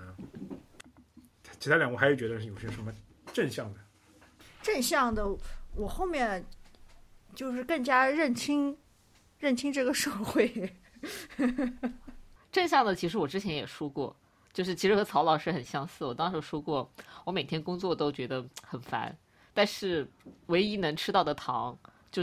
其他两位还有觉得有些什么正向的？ 正向的，我后面就是更加认清这个社会。 正向的其实我之前也说过，就是其实和曹老师很相似。我当时说过，我每天工作都觉得很烦，但是唯一能吃到的糖就是，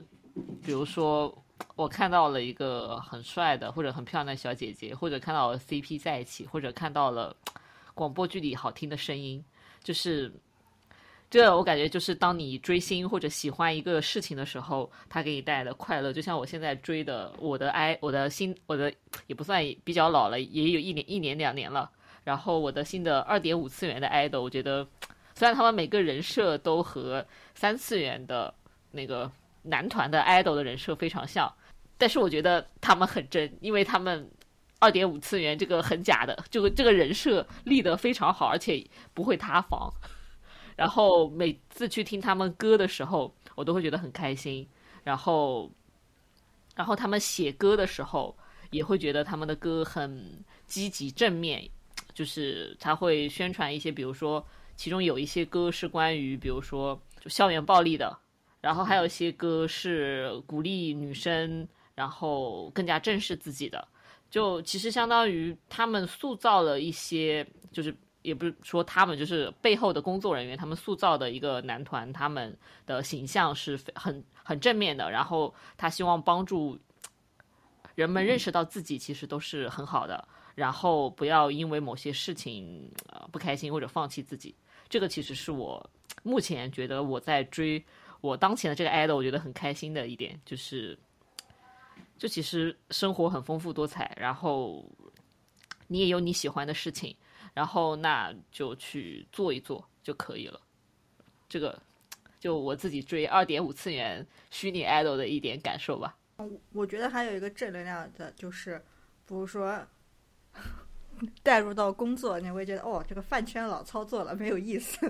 比如说我看到了一个很帅的或者很漂亮的小姐姐，或者看到了 CP 在一起，或者看到了广播剧里好听的声音，就是这我感觉就是当你追星或者喜欢一个事情的时候，它给你带来的快乐。就像我现在追的我的也不算比较老了，也有一年2年了。然后我的新的2.5次元的 idol， 我觉得虽然他们每个人设都和3次元的那个男团的 idol 的人设非常像，但是我觉得他们很真，因为他们2.5次元这个很假的，这个人设立得非常好，而且不会塌房。然后每次去听他们歌的时候，我都会觉得很开心。然后他们写歌的时候，也会觉得他们的歌很积极正面，就是他会宣传一些，比如说其中有一些歌是关于比如说就校园暴力的，然后还有一些歌是鼓励女生然后更加正视自己的，就其实相当于他们塑造了一些，就是也不是说他们，就是背后的工作人员，他们塑造的一个男团，他们的形象是很正面的，然后他希望帮助人们认识到自己其实都是很好的，然后不要因为某些事情不开心或者放弃自己。这个其实是我目前觉得我在追我当前的这个 idol 我觉得很开心的一点，就其实生活很丰富多彩，然后你也有你喜欢的事情，然后那就去做一做就可以了。这个就我自己追2.5次元虚拟 idol 的一点感受吧。 我觉得还有一个正能量的，就是比如说带入到工作，你会觉得哦，这个饭圈老操作了，没有意思。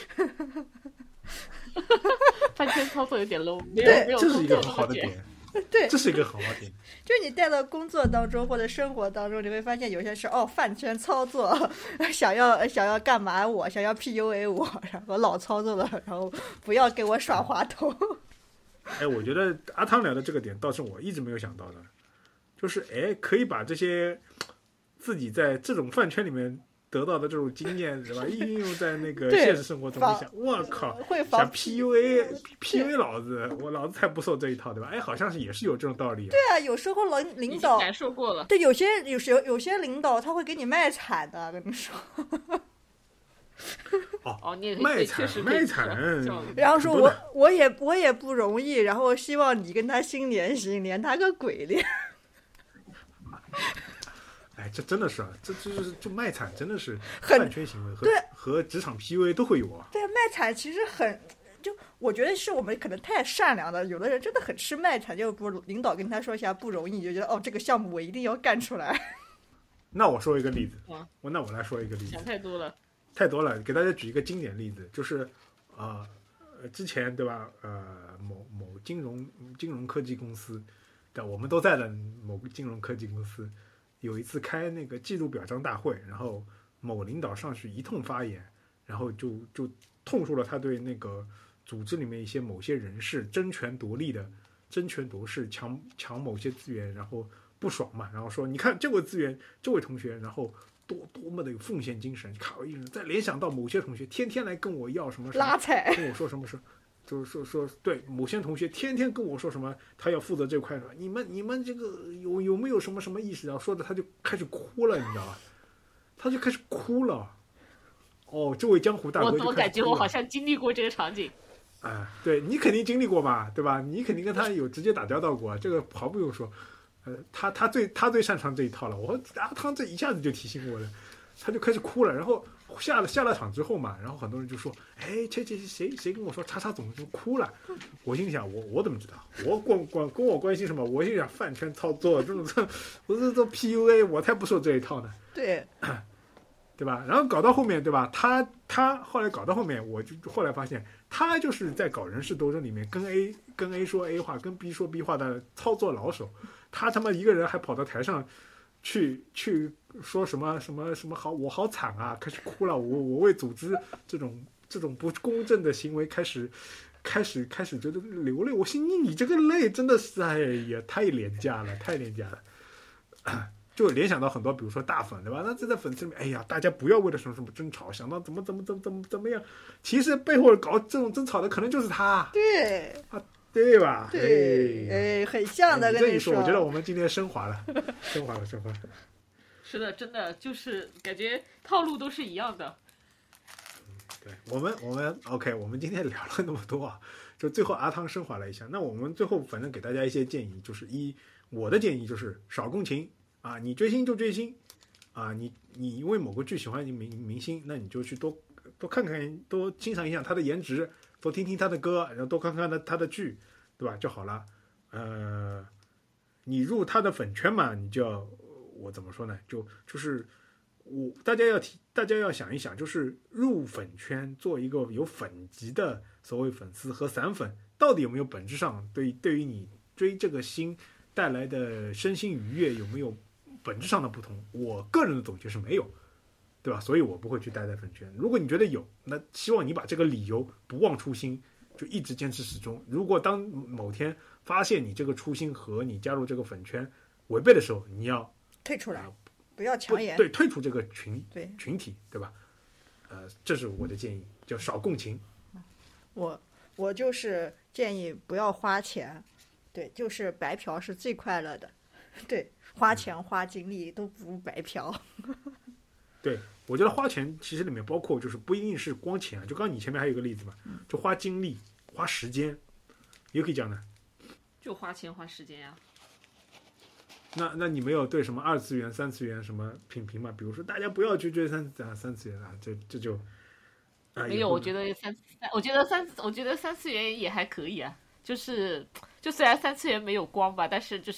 饭圈操作有点 low， 没有这是一个很好的点。 对， 这是一个好点。 就是你带到工作当中或者生活当中，你会发现有些是饭圈操作，想要干嘛我，想要 PUA 我，然后老操作了，然后不要给我耍滑头。 我觉得阿汤聊的这个点倒是我一直没有想到的，就是可以把这些自己在这种饭圈里面得到的这种经验，对吧？应用在那个现实生活中，你想，我靠，想 PUA 老子，我老子才不受这一套，对吧？好像是也是有这种道理。 对啊，有时候领导感受过了， 对，有些领导他会给你卖惨的，跟你说。 你也卖惨， 然后说我也不容易，然后希望你跟他心连心，连他个鬼连。 这真的是就卖惨，真的是饭圈行为和职场 PUA 都会有啊。 对，卖惨其实就我觉得是我们可能太善良了，有的人真的很吃卖惨，就不是领导跟他说一下不容易，就觉得这个项目我一定要干出来。 那我说一个例子，那我来说一个例子， 想太多了， 给大家举一个经典例子，就是之前对吧？某金融科技公司，对，我们都在的某个金融科技公司，有一次开那个季度表彰大会，然后某领导上去一通发言，然后就痛述了他对那个组织里面某些人士争权夺势，抢某些资源，然后不爽嘛，然后说你看这位资源，这位同学，然后多么的有奉献精神，卡一人，再联想到某些同学天天来跟我要什么拉踩， 跟我说什么就是说对，某些同学天天跟我说什么他要负责这块的，你们这个有没有什么意识？然后说的他就开始哭了，你知道吧？他就开始哭了。这位江湖大哥就开始哭了， 我感觉我好像经历过这个场景。 对，你肯定经历过吧，对吧？你肯定跟他有直接打交道过，这个毫不用说。他最擅长这一套了。阿汤这一下子就提醒我了，他就开始哭了。然后下了场之后嘛，然后很多人就说：“这谁跟我说叉叉总就哭了？”我心里想，我怎么知道？跟我关心什么？我心想饭圈操作这种，我是做 PUA， 我才不受这一套呢。 对， 对吧？然后搞到后面，对吧？他后来搞到后面，我就后来发现，他就是在搞人事斗争里面跟 A 说 A 话，跟 B 说 B 话的操作老手。他他妈一个人还跑到台上去说什么好，我好惨啊，开始哭了，我为组织这种不公正的行为开始觉得流泪。我心nghĩ你这个泪真的是哎呀太廉价了，太廉价了。就联想到很多，比如说大粉，对吧？那这在粉丝里面，哎呀，大家不要为了什么争吵，想到怎么样，其实背后搞这种争吵的可能就是他， 对啊，对吧？ 对，很像的。跟这一说，我觉得我们今天升华了。 是的，真的就是感觉套路都是一样的。 对我们 OK， 我们今天聊了那么多啊，就最后阿汤升华了一下。那我们最后反正给大家一些建议，就是我的建议就是少共情啊，你追星就追星啊，你因为某个剧喜欢明星，那你就去多看看，多欣赏一下他的颜值，多听听他的歌，然后多看看他的剧，对吧？就好了。你入他的粉圈嘛，你就要我怎么说呢？就是大家要想一想，就是入粉圈做一个有粉级的所谓粉丝和散粉，到底有没有本质上对于你追这个星带来的身心愉悦有没有本质上的不同？我个人的总结是没有，对吧？所以我不会去待在粉圈。如果你觉得有，那希望你把这个理由不忘初心，就一直坚持始终。如果当某天发现你这个初心和你加入这个粉圈违背的时候，你要退出来，不要强颜。 对，退出这个群体，对吧？这是我的建议，叫少共情。 我就是建议不要花钱，对，就是白嫖是最快乐的，对，花钱花精力都不如白嫖。 对，我觉得花钱其实里面包括就是不一定是光钱，就刚刚你前面还有一个例子嘛，就花精力、花时间，也可以讲的。 就花钱花时间呀。 那你没有对什么2次元、3次元什么品评吗？比如说大家不要去追三次元啊，这就没有。我觉得三次元也还可以啊，就虽然3次元没有光吧，但是就是，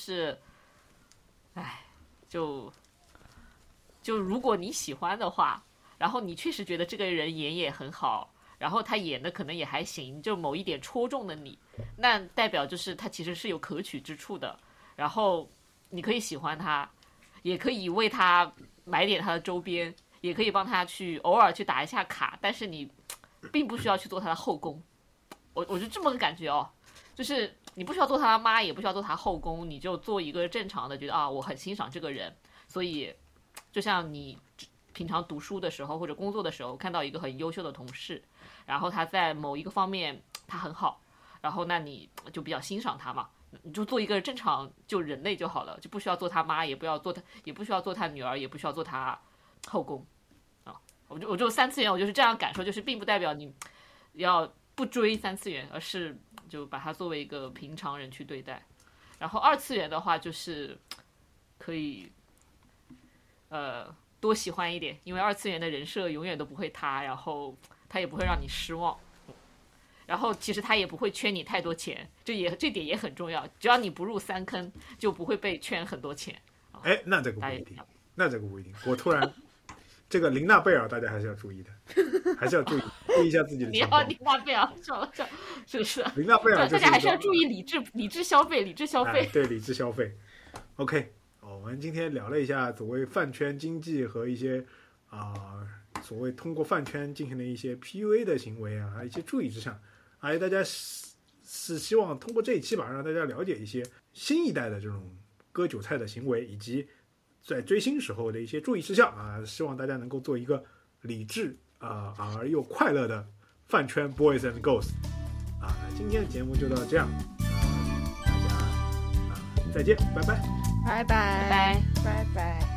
就如果你喜欢的话，然后你确实觉得这个人演也很好，然后他演的可能也还行，就某一点戳中了你，那代表就是他其实是有可取之处的，然后你可以喜欢他，也可以为他买点他的周边，也可以帮他去偶尔去打一下卡，但是你并不需要去做他的后宫。我就这么个感觉哦，就是你不需要做他的妈，也不需要做他后宫，你就做一个正常的，觉得我很欣赏这个人，所以就像你平常读书的时候或者工作的时候看到一个很优秀的同事，然后他在某一个方面他很好，然后那你就比较欣赏他嘛，你就做一个正常就人类就好了，就不需要做他妈，也不需要做他女儿，也不需要做他后宫啊。我就3次元，我就是这样感受，就是并不代表你要不追3次元，而是就把它作为一个平常人去对待。然后2次元的话，就是可以多喜欢一点，因为2次元的人设永远都不会塌，然后他也不会让你失望。然后其实他也不会圈你太多钱，这点也很重要。只要你不入3坑，就不会被圈很多钱。 那这个不一定。我突然，这个琳娜贝尔大家还是要注意的，还是要注意一下自己的情况。 琳娜贝尔，是不是？ 琳娜贝尔， 大家还是要注意理智消费， 对，理智消费。OK， 我们今天聊了一下所谓饭圈经济和一些所谓通过饭圈进行的一些 PUA 的行为啊，一些注意事项。大家是希望通过这一期吧，让大家了解一些新一代的这种割韭菜的行为，以及在追星时候的一些注意事项啊。希望大家能够做一个理智而又快乐的饭圈 boys and girls 今天的节目就到这样，大家再见，拜拜， 拜拜，拜拜。